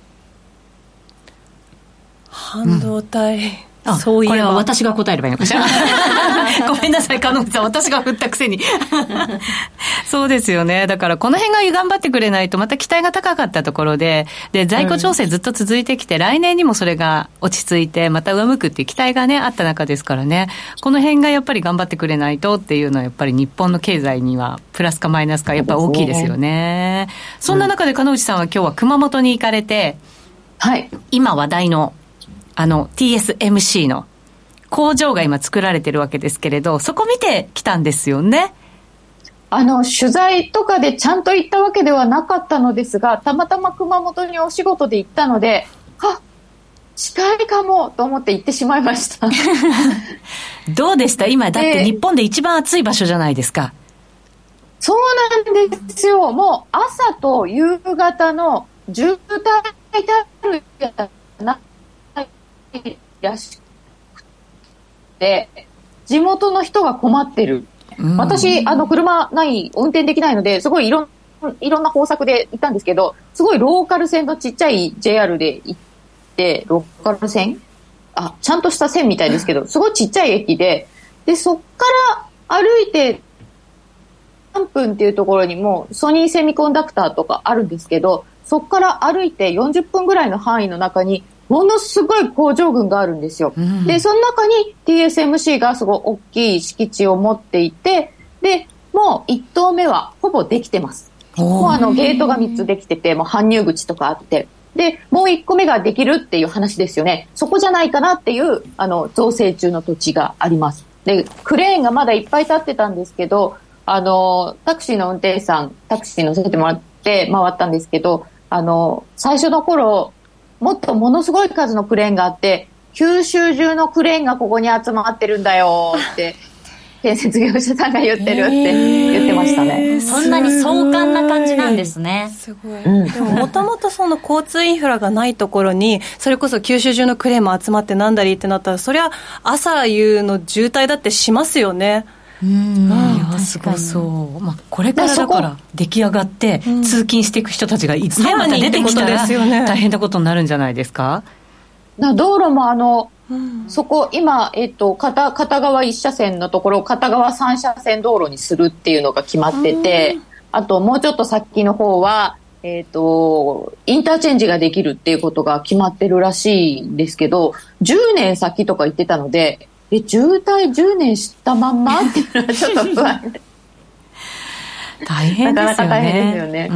S4: 半導体、
S1: うん、そういえばこれは私が答えればいいのかしらごめんなさい、鹿野口さん、私が振ったくせにそうですよね。だからこの辺が頑張ってくれないとまた期待が高かったところで、で在庫調整ずっと続いてきて、うん、来年にもそれが落ち着いてまた上向くっていう期待がねあった中ですからね、この辺がやっぱり頑張ってくれないとっていうのはやっぱり日本の経済にはプラスかマイナスかやっぱ大きいですよね。そんな中で鹿野内さんは今日は熊本に行かれて、はい、今話題のあの ティーエスエムシー の工場が今作られてるわけですけれど、そこ見てきたんですよね。
S5: あの取材とかでちゃんと行ったわけではなかったのですが、たまたま熊本にお仕事で行ったので、あ、近いかもと思って行ってしまいました
S1: どうでした？今だって日本で一番暑い場所じゃないですか。
S5: そうなんですよ。もう朝と夕方の渋滞たるやないらしくて、地元の人が困ってる。私あの車ない運転できないので、すごいいろんいろんな方策で行ったんですけど、すごいローカル線のちっちゃい ジェイアール で行って、ローカル線あちゃんとした線みたいですけど、すごいちっちゃい駅で、でそっから歩いてさんぷんっていうところにもソニーセミコンダクターとかあるんですけど、そっから歩いてよんじゅっぷんぐらいの範囲の中にものすごい工場群があるんですよ、うん、でその中に ティーエスエムシー がすごい大きい敷地を持っていて、でもういち棟目はほぼできてます。もうあのゲートがみっつできてて、もう搬入口とかあって、でもういっこめができるっていう話ですよね。そこじゃないかなっていうあの造成中の土地があります。でクレーンがまだいっぱい立ってたんですけど、あのタクシーの運転手さんタクシー乗せてもらって回ったんですけど、あの最初の頃もっとものすごい数のクレーンがあって、 九州中のクレーンがここに集まってるんだよって建設業者さんが言ってるって言ってましたね。
S3: そんなに壮観な感じなんですね。
S4: すごい、うん、でももともとその交通インフラがないところにそれこそ九州中のクレーンも集まってなんだりってなったら、そりゃ朝夕の渋滞だってしますよね。
S1: うん、いやすごそう、まあ、これからだから出来上がって通勤していく人たちがいつまた出てきたら大変なことになるんじゃないですか。
S5: 道路もあの、うん、そこ今、えっと、片、片側いち車線のところを片側さん車線道路にするっていうのが決まってて、うん、あともうちょっと先の方は、えっと、インターチェンジができるっていうことが決まってるらしいんですけど、じゅうねん先とか言ってたので、え、渋滞じゅうねんしたまんまっていうのはちょっと不安で
S1: 大変ですよね。なかなか大変ですよね。うん。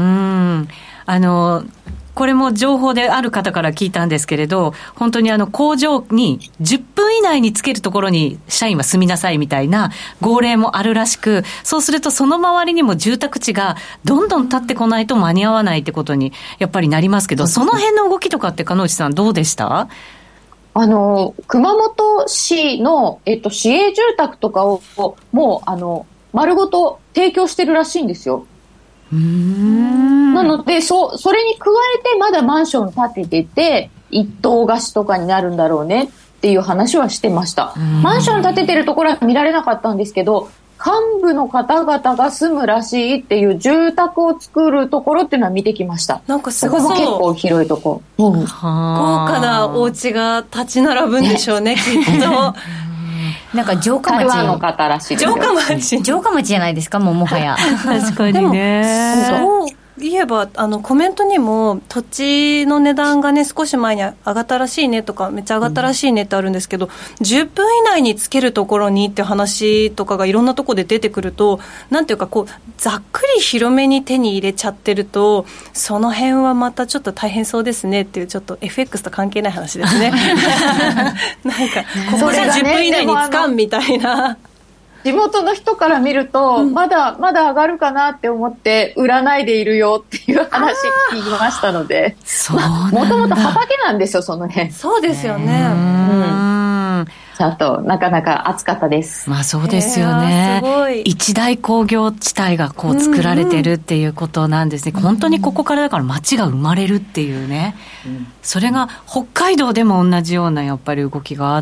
S1: あの、これも情報である方から聞いたんですけれど、本当にあの工場にじゅっぷん以内につけるところに社員は住みなさいみたいな号令もあるらしく、そうするとその周りにも住宅地がどんどん建ってこないと間に合わないってことにやっぱりなりますけど、その辺の動きとかって鹿野内さんどうでした？
S5: あの熊本市の、えっと、市営住宅とかをもうあの丸ごと提供してるらしいんですよ。うーん、なので そ, それに加えてまだマンション建ててて一棟貸しとかになるんだろうねっていう話はしてました。マンション建ててるところは見られなかったんですけど、幹部の方々が住むらしいっていう住宅を作るところっていうのは見てきました。
S4: なんかすごそう。
S5: ここも結構広いとこ、うん、
S4: 豪華なお家が立ち並ぶんでしょうね、きっと。
S3: なんか城下町、
S5: 台湾の方らしいですよ。
S4: 城下町
S3: 城下町じゃないですか、もうもはや。
S1: 確かにね。
S4: そう言えばあのコメントにも土地の値段がね少し前に上がったらしいねとかめっちゃ上がったらしいねってあるんですけど、うん、じゅっぷん以内につけるところにって話とかがいろんなところで出てくると、なんていうかこうざっくり広めに手に入れちゃってると、その辺はまたちょっと大変そうですねっていう、ちょっと エフエックス と関係ない話ですね。なんかここじゃじゅっぷん以内につかんみたいな。
S5: 地元の人から見ると、うん、まだまだ上がるかなって思って売らないでいるよっていう話聞きましたので、もともと畑なんですよ、その辺。
S4: そうですよね。
S5: うん、ちゃんとなかなか暑かったです。
S1: まあそうですよね。すごい一大工業地帯がこう作られてるっていうことなんですね。うんうん、本当にここからだから街が生まれるっていうね。うん、それが北海道でも同じようなやっぱり動きがあって。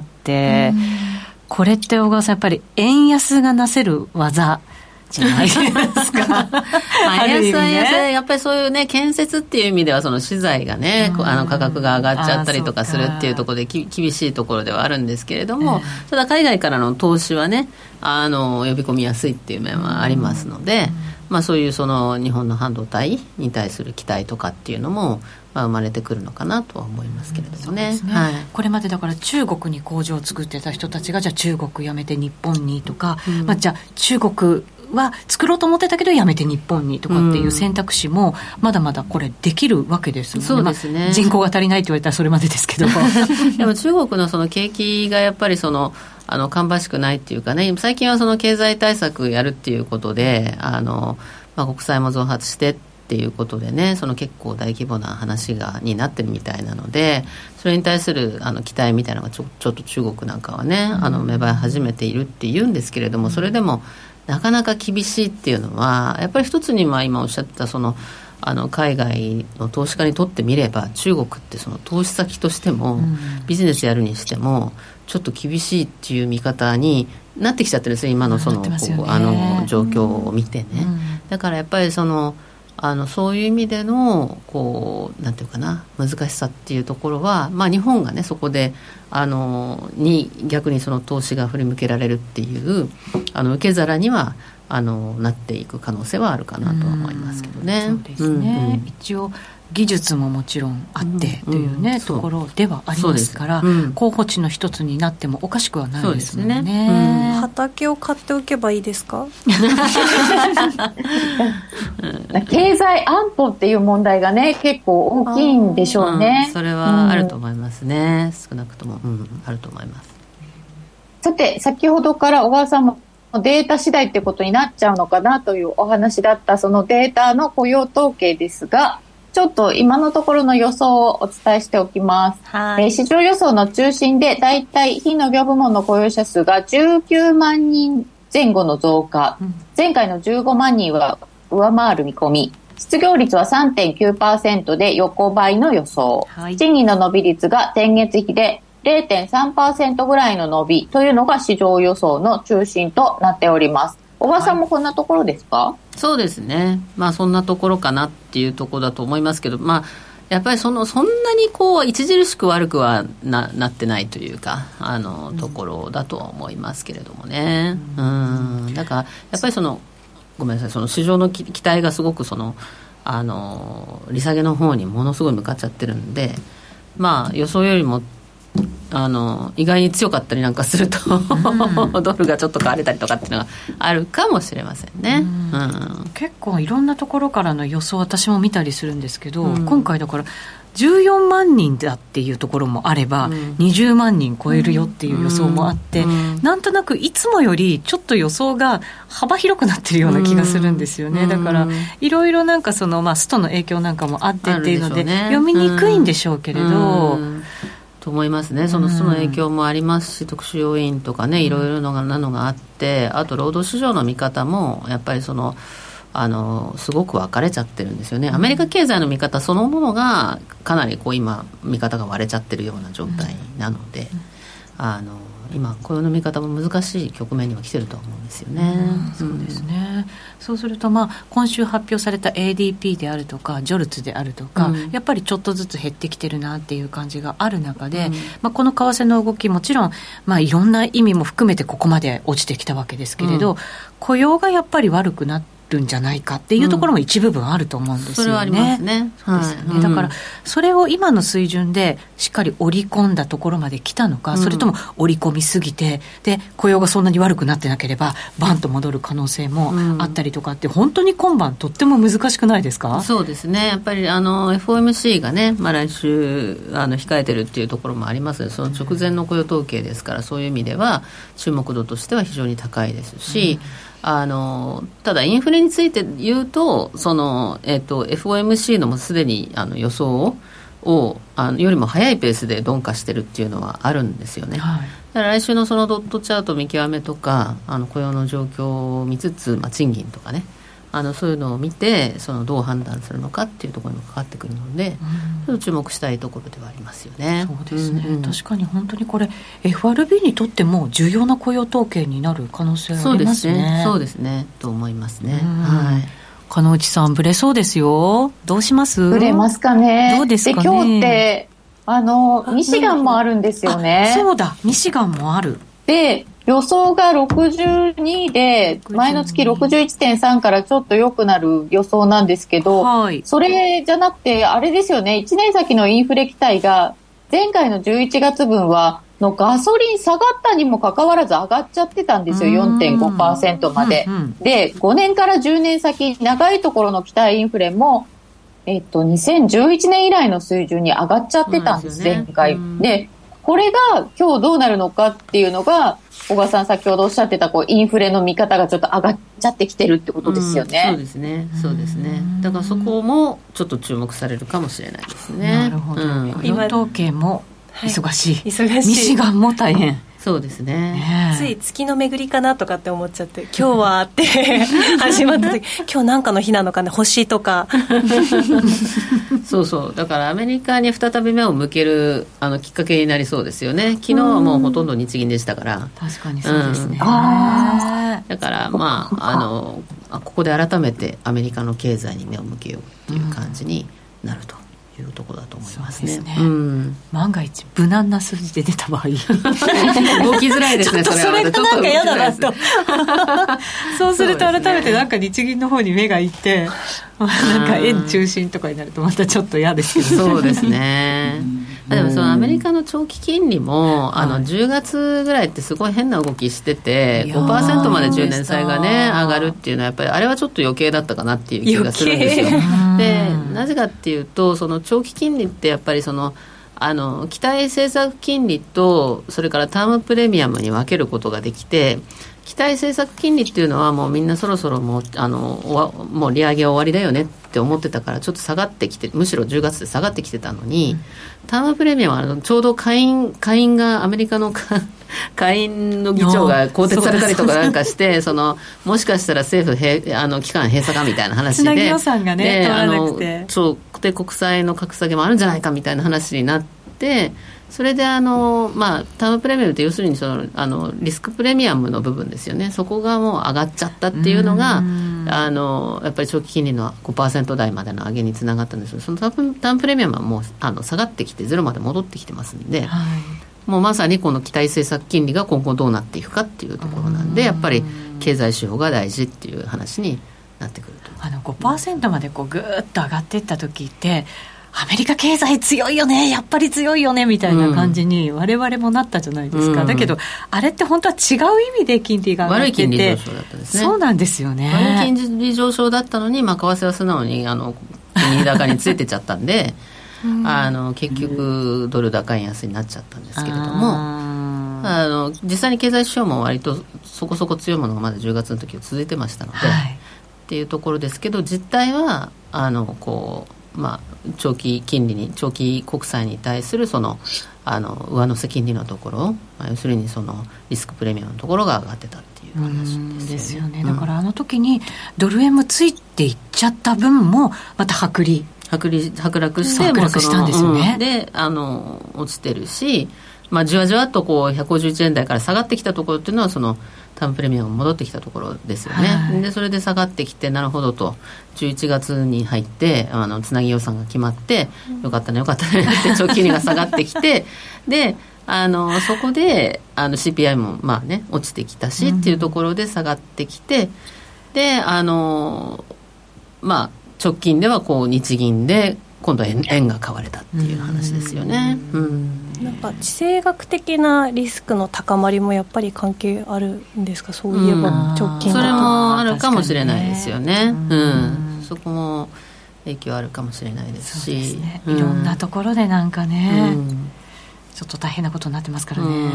S1: うん、これって小川さんやっぱり円安がなせる技じゃないですか。
S2: 円安は円安でやっぱりそういうね建設っていう意味ではその資材がね、あの価格が上がっちゃったりとかするっていうところでき厳しいところではあるんですけれども、えー、ただ海外からの投資はねあの呼び込みやすいっていう面はありますので、まあ、そういうその日本の半導体に対する期待とかっていうのもまあ、生まれてくるのかなとは思いますけれどもね。
S1: うん、ね、はい、これまでだから中国に工場を作ってた人たちがじゃあ中国やめて日本にとか、うん、まあ、じゃあ中国は作ろうと思ってたけどやめて日本にとかっていう選択肢もまだまだこれできるわけですもんね。
S2: そうですね、
S1: まあ、人口が足りないって言われたらそれまでですけど
S2: でも中国のその景気がやっぱりそのあの芳しくないっていうかね、最近はその経済対策やるっていうことであの、まあ、国債も増発してっていうことでね、その結構大規模な話がになってるみたいなので、それに対するあの期待みたいなのがちょ、ちょっと中国なんかはね、あの芽生え始めているっていうんですけれども、それでもなかなか厳しいっていうのはやっぱり一つにまあ今おっしゃったそのあの海外の投資家にとってみれば中国ってその投資先としてもビジネスやるにしてもちょっと厳しいっていう見方になってきちゃってるんですよ、今のその、あの状況を見てね、うん、だからやっぱりそのあのそういう意味でのこうなんていうかな難しさっていうところは、まあ、日本がねそこであのに逆にその投資が振り向けられるっていうあの受け皿にはあのなっていく可能性はあるかなとは思いますけどね。
S1: そうですね、うんうん、一応技術ももちろんあってというね、うんうん、ところではありますから、うん、候補地の一つになってもおかしくはないですもんね。そうですね、
S4: うん、畑を買っておけばいいですか
S5: 経済安保っていう問題がね結構大きいんでしょうね、
S2: うん、それはあると思いますね、うん、少なくとも、うん、あると思います。
S5: さて先ほどから小川さんもデータ次第ってことになっちゃうのかなというお話だったそのデータの雇用統計ですが、 ちょっと今のところの予想をお伝えしておきます。はい、えー、市場予想の中心でだいたい非農業部門の雇用者数がじゅうきゅうまんにんぜん後の増加、うん、前回のじゅうごまんにんは上回る見込み、失業率は さんてんきゅうパーセント で横ばいの予想、はい、賃金の伸び率が前月比で れいてんさんパーセント ぐらいの伸びというのが市場予想の中心となっております。小川さんもこんなところですか？はい、
S2: そうですね、まあそんなところかなっていうところだと思いますけど、まあやっぱりそのそんなにこう著しく悪くは な, なってないというか、あのところだとは思いますけれどもね。うん、うんだからやっぱりそのごめんなさい、その市場の期待がすごくそのあの利下げの方にものすごい向かっちゃってるんで、まあ予想よりもあの意外に強かったりなんかすると、うん、ドルがちょっと買われたりとかっていうのがあるかもしれませんね。うんうん、
S1: 結構いろんなところからの予想私も見たりするんですけど、うん、今回だからじゅうよんまんにんだっていうところもあれば、うん、にじゅうまんにん超えるよっていう予想もあって、うん、なんとなくいつもよりちょっと予想が幅広くなってるような気がするんですよね。うん、だからいろいろなんかその、まあ、ストの影響なんかもあってっていうので、ね、読みにくいんでしょうけれど、うん
S2: と思いますね。そのその影響もありますし、特殊要因とかね、いろいろなのがあって、あと労働市場の見方もやっぱりそのあのすごく分かれちゃってるんですよね。アメリカ経済の見方そのものがかなりこう今見方が割れちゃってるような状態なので、あの今雇用の見方も難しい局面には来てると思うんですよね。
S1: うん、そうですね。そうすると、まあ、今週発表された エーディーピー であるとかジョルツであるとか、うん、やっぱりちょっとずつ減ってきてるなっていう感じがある中で、うんまあ、この為替の動きもちろん、まあ、いろんな意味も含めてここまで落ちてきたわけですけれど、うん、雇用がやっぱり悪くなってるんじゃないかっていうところも一部分あると思うんですよね。
S2: それはありますね。
S1: そうですよね。はい、だからそれを今の水準でしっかり織り込んだところまで来たのか、うん、それとも織り込みすぎてで雇用がそんなに悪くなってなければバンと戻る可能性もあったりとかって、うん、本当に今晩とっても難しくないですか？
S2: そうですね。やっぱりあの エフオーエムシー がね、まあ、来週あの控えてるっていうところもありますので、その直前の雇用統計ですから、そういう意味では注目度としては非常に高いですし、うんあのただインフレについて言うと、その、えー、と エフオーエムシー のもすでにあの予想をあのよりも早いペースで鈍化してるっていうのはあるんですよね。はい、だから来週のそのドットチャート見極めとか、あの雇用の状況を見つつ、まあ、賃金とかね、あのそういうのを見てそのどう判断するのかっていうところにもかかってくるので、うん、ちょっと注目したいところではありますよね。
S1: そうですね、うんうん、確かに本当にこれ エフアールビー にとっても重要な雇用統計になる可能性がありますね。
S2: そうですね、そうですねと思いますね。はい、
S1: 金内さんブレそうですよ。どうします？
S5: ブレますかね。
S1: どうですかね。
S5: で今日ってあのミシガンもあるんですよね。
S1: そうだ、ミシガンもある。
S5: で予想がろくじゅうにで前の月 ろくじゅういってんさん からちょっと良くなる予想なんですけど、はい、それじゃなくてあれですよね、いちねん先のインフレ期待が前回のじゅういちがつぶんはのガソリン下がったにもかかわらず上がっちゃってたんですよ。 よんてんごパーセント まで、うんうん、でごねんからじゅうねん先長いところの期待インフレもえっとにせんじゅういちねん以来の水準に上がっちゃってたんです、前回で。これが今日どうなるのかっていうのが小川さん先ほどおっしゃってたこうインフレの見方がちょっと上がっちゃってきてるってことですよね。
S2: うん、そうですね、そうですね。だからそこもちょっと注目されるかもしれないですね。
S1: なるほど。雇用統計も忙しい、
S4: はい、忙しい。
S1: ミシガンも大変。
S2: そうですね。
S4: ねつい月の巡りかなとかって思っちゃって、今日はって始まった時今日なんかの日なのかね、星とか
S2: そうそう。だからアメリカに再び目を向けるあのきっかけになりそうですよね。昨日はもうほとんど日銀でしたから。
S1: 確かにそうですね。
S2: うん、あだからまああのここで改めてアメリカの経済に目を向けようっていう感じになると。うんいうところだと思いますね。
S1: そうですね、うん、万が一無難な数字で出た場合動き
S2: づらいですね。
S1: それはそれがなんか嫌だなとそうすると改めてなんか日銀の方に目がいってなんか円中心とかになるとまたちょっと嫌ですけど、
S2: そうですねでもそのアメリカの長期金利もあのじゅうがつぐらいってすごい変な動きしてて ごパーセント までじゅうねん債がね上がるっていうのはやっぱりあれはちょっと余計だったかなっていう気がするんですよ。でなぜかっていうとその長期金利ってやっぱりそのあの期待政策金利とそれからタームプレミアムに分けることができて、期待政策金利っていうのはもうみんなそろそろもうあのもう利上げ終わりだよねって思ってたからちょっと下がってきて、むしろじゅうがつで下がってきてたのに、うん、タームプレミアムはちょうど下院下院がアメリカの下院の議長が更迭されたりとかなんかしてそのもしかしたら政府へあの期間閉鎖かみたいな話で、
S1: つなぎ予算がね、取らなくて、
S2: そうで国債の格下げもあるんじゃないかみたいな話になって、それであの、まあ、タームプレミアムって要するにそのあのリスクプレミアムの部分ですよね。そこがもう上がっちゃったっていうのがあのやっぱり長期金利の ごパーセント 台までの上げにつながったんですけど、そのタームプレミアムはもうあの下がってきてゼロまで戻ってきてますんで、はい、もうまさにこの期待政策金利が今後どうなっていくかっていうところなんで、やっぱり経済指標が大事っていう話になってくると。
S1: あの ごパーセント までこうぐーっと上がっていった時ってアメリカ経済強いよね、やっぱり強いよねみたいな感じに我々もなったじゃないですか、うん、だけどあれって本当は違う意味で金利が上がってて、
S2: 悪い金利上昇だったんですね。
S1: そうなんですよね。
S2: 悪い金利上昇だったのに、まあ、為替は素直にあの金利高についてちゃったんでうん、あの結局ドル高円安になっちゃったんですけれども、あの実際に経済指標も割とそこそこ強いものがまだじゅうがつの時は続いてましたので、はい、っていうところですけど、実態はあのこう、まあ、長期金利に長期国債に対するそのあの上乗せ金利のところ、まあ、要するにそのリスクプレミアムのところが上がってたっていう話ですよね。
S1: ですよね。だからあの時にドル円もついていっちゃった分もまた剥離
S2: 剥離剥落して
S1: 剥落したんですよね、
S2: うん、であの落ちてるし、まあ、じわじわっとこうひゃくごじゅういちえん台から下がってきたところっていうのはそのタームプレミアムが戻ってきたところですよね、はい、でそれで下がってきてなるほどとじゅういちがつに入ってあのつなぎ予算が決まって、うん、よかったねよかったねって長期金利が下がってきてであのそこであの シーピーアイ もまあ、ね、落ちてきたし、うん、っていうところで下がってきてであのまあ直近ではこう日銀で今度は 円, 円が買われたっていう話ですよね。うんうん、
S4: なんか地政学的なリスクの高まりもやっぱり関係あるんですか。そういえば直近だと、
S2: それもあるかもしれないですよね。うんうん、そこも影響あるかもしれないですし、そうですね、
S1: いろんなところでなんかね、うん、ちょっと大変なことになってますからね。うん、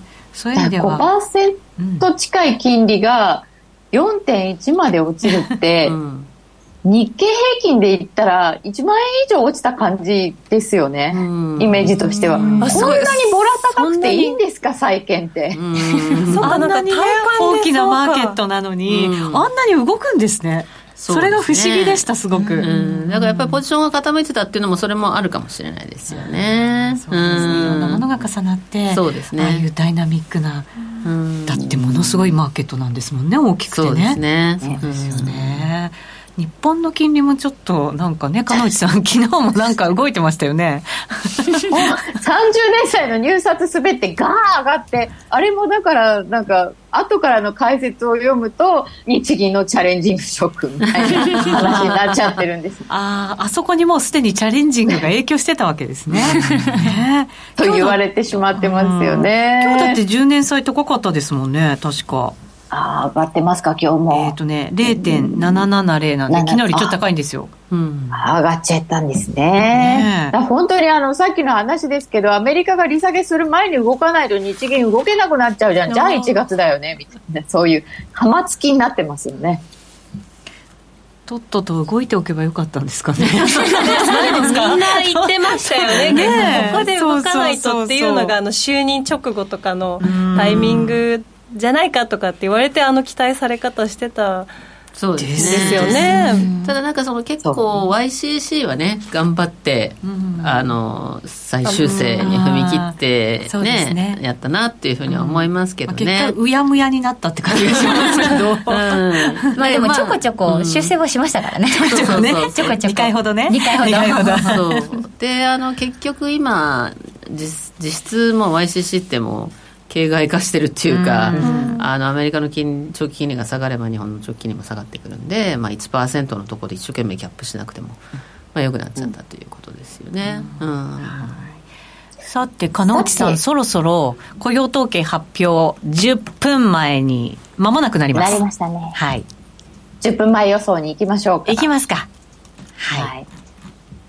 S1: そういう意味では
S5: ごパーセント 近い金利が よんてんいち まで落ちるって、うん日経平均で言ったらいちまんえん以上落ちた感じですよね、イメージとしては。こんなにボラ高くていいんですか債券って。
S1: そうあんなに、ね、大きなマーケットなのにあんなに動くんですね。そ, それが不思議でしたすごく、うん、
S2: だからやっぱりポジションが傾いてたっていうのもそれもあるかもしれないですよね。
S1: そうですね、いろんなものが重なってそうです、ね、ああいうダイナミックな、うん、だってものすごいマーケットなんですもんね、大きくてね。
S2: そうですね、
S1: そうですよね。日本の金利もちょっとなんかね、金内さん昨日もなんか動いてましたよね
S5: さんじゅうねん債の入札滑ってガーッ上がって、あれもだからなんか後からの解説を読むと日銀のチャレンジングショックみたいな話になっちゃってるんです
S1: ああ、あそこにもうすでにチャレンジングが影響してたわけですねね
S5: と言われてしまってますよね。
S1: 今日だってじゅうねん債高かったですもんね、確か。
S5: あ上がってますか今日も。
S1: えっ、ー、とね ゼロてんななななゼロ なんで昨日よりちょっと高いんですよ。うん、
S5: 上がっちゃったんですね。ねだ本当にあのさっきの話ですけど、アメリカが利下げする前に動かないと日銀動けなくなっちゃうじゃん。じゃあいちがつだよねみたいな、そういう浜つきになってますよね。
S1: とっとと動いておけばよかったんですかね
S4: みんな言ってましたよねねここで動かないとっていうのがあの就任直後とかのタイミングじゃないかとかって言われて、あの期待され方してた
S2: そうですね、
S4: ですよね。
S2: ただなんかその結構 ワイシーシー はね頑張って、うん、あの再修正に踏み切ってね、ねやったなっていうふうには思いますけどね、うんまあ、
S1: 結果うやむやになったって感じがしますけど、うん
S3: まあ、でもちょこちょこ修正はしましたからね、ちょこちょこねちょこちょこ
S1: にかいほどね
S3: にかいほど,
S2: ほどそうであの結局今 実, 実質もう ワイシーシー ってもう形骸化してるっていうか、うん、あのアメリカの金長期金利が下がれば日本の長期金利も下がってくるんで、まあ、いちパーセント のところで一生懸命キャップしなくても、まあ、良くなっちゃったということですよね、うんうん、
S1: さて金内さん、そろそろ雇用統計発表じゅっぷんまえに間もなくなります。
S5: なりましたね、
S1: はい、
S5: じゅっぷんまえ予想に行きましょうか。
S1: 行きますか。はい、はい、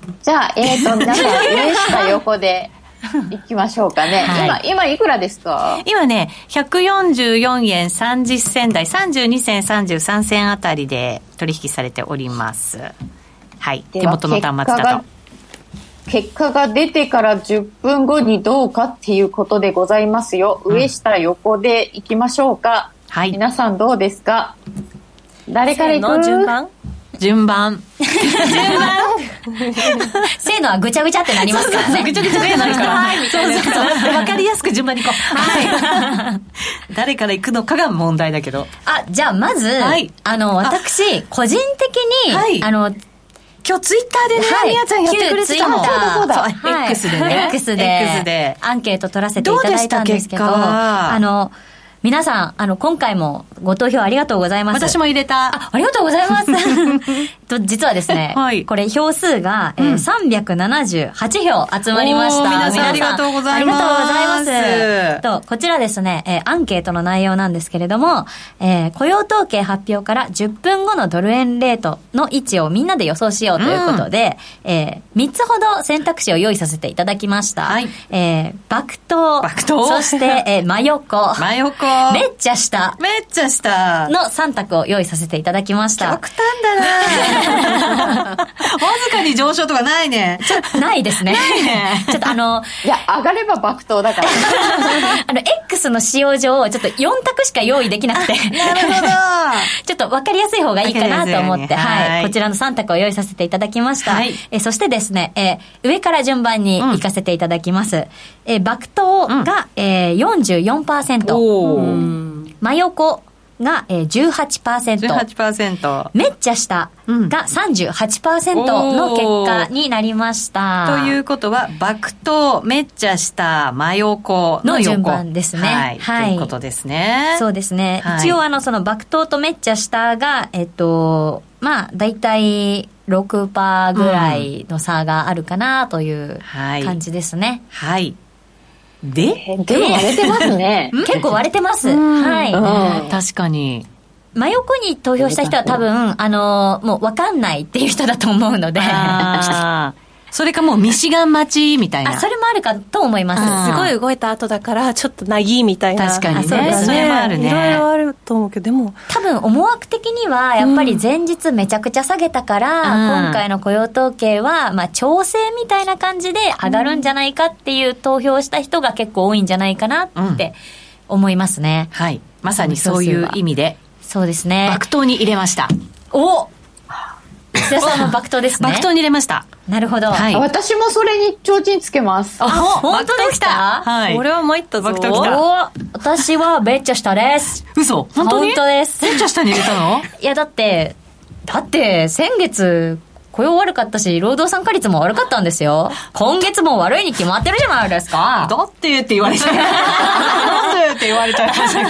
S5: じゃあ、えーと、皆さん、上下横でいきましょうかね。はい、今、今いくらですか？
S1: 今ね、ひゃくよんじゅうよんえんさんじゅっせん台、さんじゅうにせん、さんじゅうさんせんあたりで取引されております。はい。手元の端末だと。
S5: 結果が出てからじゅっぷんごにどうかっていうことでございますよ。上下横でいきましょうか。はい。皆さんどうですか？誰からいく？
S4: 順番
S1: 順番順番
S3: せーのはぐちゃぐちゃってなりますからね。
S1: ぐちゃぐちゃってなるから。そうそうそう。わかりやすく順番にいこう。はい。誰から行くのかが問題だけど。
S3: あ、じゃあまず、はい、あの、私、個人的に、はい、あの、
S1: 今日ツイッターでね、はい、みやちゃんやってくれてたの。
S3: そうだそうだ。
S1: はい、X でね。
S3: X で。X で。アンケート取らせていただいたんですけど、あの、皆さん、あの、今回もご投票ありがとうございます。
S1: 私も入れた。
S3: あ、ありがとうございます。と実はですね、はい、これ票数が、えーうん、さんびゃくななじゅうはちひょう集まりました。
S1: 皆さんありがとうございます。
S3: ありがとうございます。と、こちらですね、えー、アンケートの内容なんですけれども、えー、雇用統計発表からじゅっぷんごのドル円レートの位置をみんなで予想しようということで、うん、えー、みっつほど選択肢を用意させていただきました。はい、えー、爆投、
S1: 爆投、
S3: そして、えー、真横、
S1: 真横、
S3: めっちゃ下、
S1: めっちゃ下
S3: のさん択を用意させていただきました。
S1: 極端だなわずかに上昇とかないね。
S3: ちょっとないですね。
S1: ないね。
S3: ちょっとあの、
S5: いや、上がれば爆投だから。
S3: あの、X の使用上、ちょっとよん択しか用意できなくて。
S1: なるほど。
S3: ちょっと分かりやすい方がいいかなと思って、はい、はい。こちらのさん択を用意させていただきました。はい、えそしてですね、えー、上から順番に行かせていただきます。うん、えー、爆投が、うん、えー、よんじゅうよんパーセント。おー。真横が じゅうはちパーセント。
S1: じゅうはちパーセント。
S3: めっちゃ下が さんじゅうはちパーセント の結果になりました。
S1: ということは、爆投、めっちゃ下、真横の横
S3: の順番ですね。
S1: はい。はい、ということですね。
S3: そうですね。はい、一応、あの、その爆投とめっちゃ下が、えっと、まあ、だいたい ろくパーセント ぐらいの差があるかなという感じですね。
S1: はい。はいで
S5: でも割れてますね。
S3: 結構割れてます。はい、
S1: うん。確かに。
S3: 真横に投票した人は多分、あの、もう分かんないっていう人だと思うので。
S1: あそれかもうミシガン待ちみたいな。
S3: あ、それもあるかと思います。
S4: すごい動いた後だから、ちょっとなぎみたいな。
S1: 確かにね。
S4: そうですね。
S1: それもあるね。
S4: いろいろあると思うけど、でも。
S3: 多分思惑的には、やっぱり前日めちゃくちゃ下げたから、うん、今回の雇用統計は、まあ調整みたいな感じで上がるんじゃないかっていう投票した人が結構多いんじゃないかなって思いますね。
S1: うん、はい。まさにそういう意味で。
S3: そうですね。
S1: 爆投に入れました。
S3: お石田さんも爆投ですね。
S1: 爆投に入れました。
S3: なるほど。
S5: はい、私もそれに提灯つけます。
S3: あ、本当ですか？
S1: はい。
S4: 俺は参ったぞ。
S1: 爆投来た。
S3: お私はめっちゃ下です。
S1: 嘘？本当に？
S3: 本当です。
S1: めっちゃ下に入れたの？
S3: いやだってだって先月雇用悪かったし労働参加率も悪かったんですよ。今月も悪いに決まってるじゃないですか。
S1: だってって言われちゃう。なんでって言われちゃいました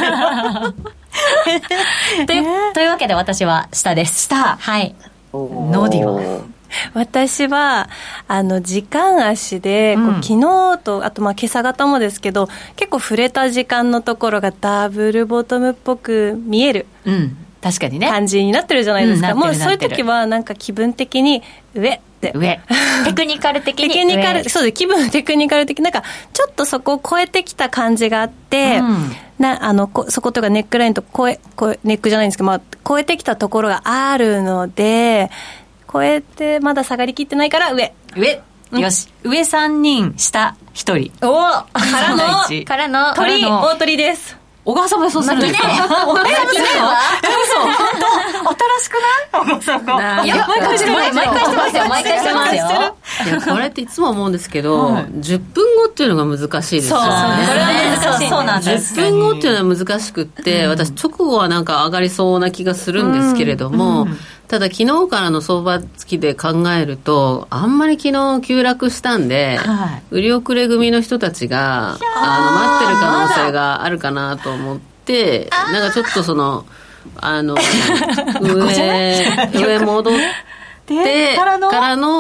S1: けど。
S3: というというわけで私は下です。
S1: 下。
S3: はい。
S1: ノディは
S4: 私はあの時間足でこう、うん、昨日とあとまあ今朝方もですけど結構触れた時間のところがダブルボトムっぽく見える、
S1: うん、確かにね
S4: 感じになってるじゃないですか、うん、もうそういう時はなんか気分的に上って
S1: 上
S3: テクニカル的に
S4: テクニカルそうです気分テクニカル的なんかちょっとそこを超えてきた感じがあって、うん、なあのこそことかネックラインと超え超えネックじゃないんですけど、まあ、超えてきたところがあるので超えてまだ下がりきってないから上
S1: 上、うん、よし上さんにん下ひとり
S3: おからのからの
S4: 鳥大鳥です
S1: 小川さんも予想するんですか？
S3: 小川さんは
S1: 嘘本当新しくない？小川さんが
S3: いや毎回してますよ毎回してますよ
S2: これっていつも思うんですけど、はい、じゅっぷんごっていうのが難しいですよね。
S3: そうですね。これは難しい、ね、そうなんです。
S2: じゅっぷんごっていうのは難しくって、うん、私直後はなんか上がりそうな気がするんですけれども、うんうん、ただ昨日からの相場月で考えるとあんまり昨日急落したんで、はい、売り遅れ組の人たちがあの待ってる可能性があるかなと思ってなんかちょっとそのあの上上戻ってからのからの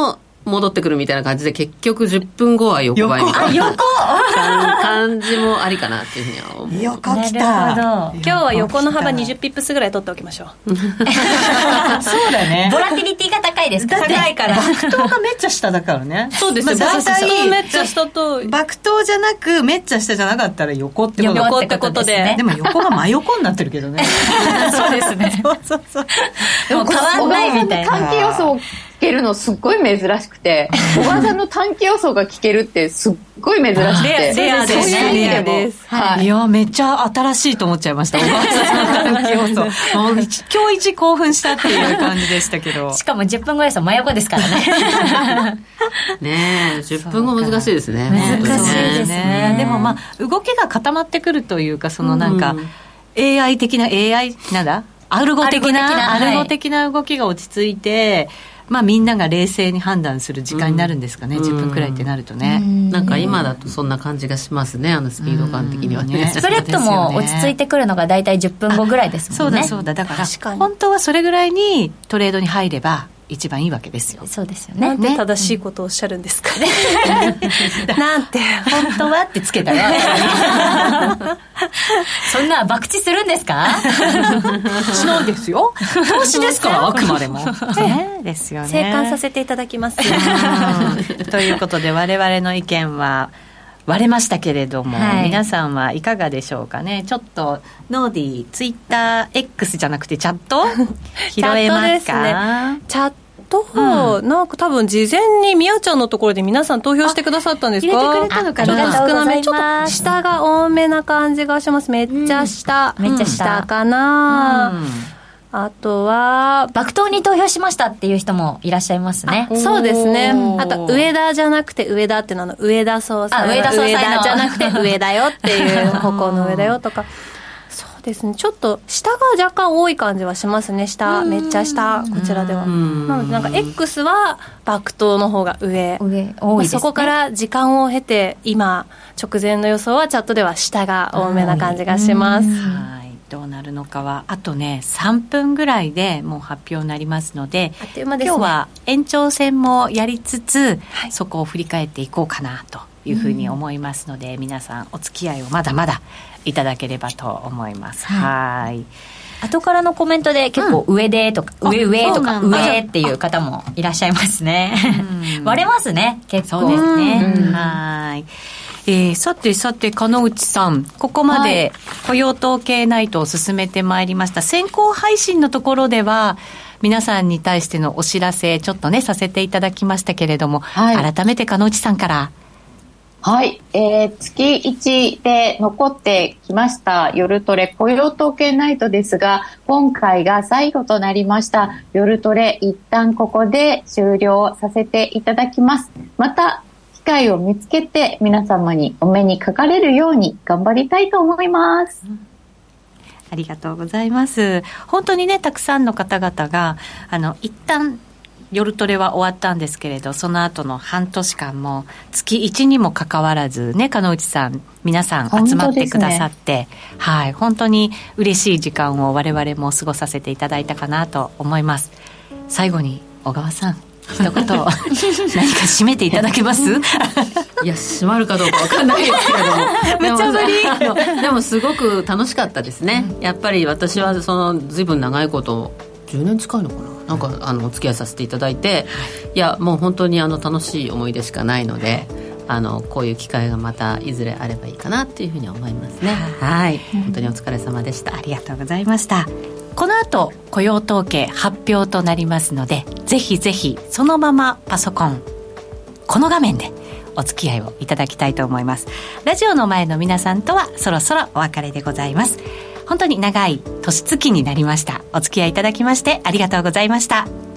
S2: 戻ってくるみたいな感じで、結局じゅっぷんごは横ばいみたいな
S3: 横
S2: 感じもありかなっていうふうには思う。
S3: 横来た。
S4: 今日は横の幅にじゅうピップスぐらい取っておきましょう。
S6: そうだね。
S3: ボラティリティが高いですからね。
S6: 高いから爆投がめっちゃ下だからね。
S2: そうですよ、
S6: まあ、
S4: 爆投めっちゃ下と
S6: 爆投じゃなくめっちゃ下じゃなかったら横ってこと。
S4: 横ってことで、
S6: でも横が真横になってるけどね。
S3: そうですね。
S6: そうそうそう。
S3: でも変わんないみたいな。
S5: 短期予想聞けるのすっごい珍しくて、小川さんの短期予想が聞けるってすっごい珍しくて、
S4: レアですね。レアです。
S6: はい。いやめっちゃ新しいと思っちゃいました。小川さんの短期予想。もう今日一興奮したっていう感じでしたけど。
S3: しかもじゅっぷんご予想真横ですからね。
S2: ねえ、じゅっぷんご難しいですね。
S3: 難しいですね。
S6: でもまあ動きが固まってくるというか、そのなんか、うん、エーアイ 的な エーアイ なんだアルゴ的なアルゴ的な動きが落ち着いて、まあ、みんなが冷静に判断する時間になるんですかね、うん、じゅっぷんくらいってなるとね。
S2: なんか今だとそんな感じがしますね、あのスピード感的にはね。
S3: スプレッドも落ち着いてくるのが大体じゅっぷんごぐらいですもんね。
S6: そうだそうだ、だから本当はそれぐらいにトレードに入れば一番いいわけですよ。
S3: そうですよね。
S4: なんて正しいことをおっしゃるんですかね。なんて
S3: 本当はってつけたらそんな博打するんですか？
S6: しないですよ。投資ですからあくまでも。ね、ですよね。
S4: 静観させていただきます。
S6: ということで我々の意見は割れましたけれども、はい、皆さんはいかがでしょうかね。ちょっとノーディーツイッター X じゃなくてチャット拾えますか？
S4: チャットと、うん、なんか多分事前にみやちゃんのところで皆さん投票してくださったんですか？
S3: 入れてくれたのかな。
S4: ちょっと少なめ、ちょっと下が多めな感じがします。めっちゃ下、
S3: うん、めっちゃ下、
S4: 下かな、うん、あとは
S3: 爆投に投票しましたっていう人もいらっしゃいますね。
S4: そうですね。あと上田じゃなくて上田っていうのの上田総裁、
S3: 上田総裁の
S4: 上田じゃなくて上だよっていう方向の上だよとか。そうですね、ちょっと下が若干多い感じはしますね。下めっちゃ下、こちらでは。なのでなんか X は爆投の方が上、
S3: 上多いですね。
S4: そこから時間を経て今直前の予想はチャットでは下が多めな感じがします。
S6: はい、どうなるのかはあとねさんぷんぐらいでもう発表になりますので、
S4: あっという間ですね。
S6: 今日は延長戦もやりつつ、はい、そこを振り返っていこうかなというふうに思いますので、皆さんお付き合いをまだまだいただければと思います。はい。
S3: 後からのコメントで結構上でとか、うん、上上とか上っていう方もいらっしゃいますね。割れますね結構。
S6: そうですね。はい。えー、さてさて鹿野内さん、ここまで雇用統計ナイトを進めてまいりました。先行配信のところでは皆さんに対してのお知らせちょっとねさせていただきましたけれども、はい、改めて鹿野内さんから。
S5: はい、えー、月いちで残ってきました夜トレ雇用統計ナイトですが、今回が最後となりました。夜トレ一旦ここで終了させていただきます。また機会を見つけて皆様にお目にかかれるように頑張りたいと思います。うん、
S6: ありがとうございます。本当にねたくさんの方々があの一旦夜トレは終わったんですけれど、その後の半年間も月いちにもかかわらずね、鹿野内さん皆さん集まってくださって、ね、はい、本当に嬉しい時間を我々も過ごさせていただいたかなと思います。最後に小川さん一言何か締めていただけます？い
S2: や締まるかどうか分かんないですけれども
S6: 無茶ぶ
S2: りでもすごく楽しかったですね。やっぱり私はその随分長いことじゅうねん近いのかな、なんかあのお付き合いさせていただいて、いやもう本当にあの楽しい思い出しかないので、あのこういう機会がまたいずれあればいいかなっていうふうに思いますね。はい、本当にお疲れ様でした。
S6: ありがとうございました。この後雇用統計発表となりますので、ぜひぜひそのままパソコンこの画面でお付き合いをいただきたいと思います。ラジオの前の皆さんとはそろそろお別れでございます。本当に長い年月になりました。お付き合いいただきましてありがとうございました。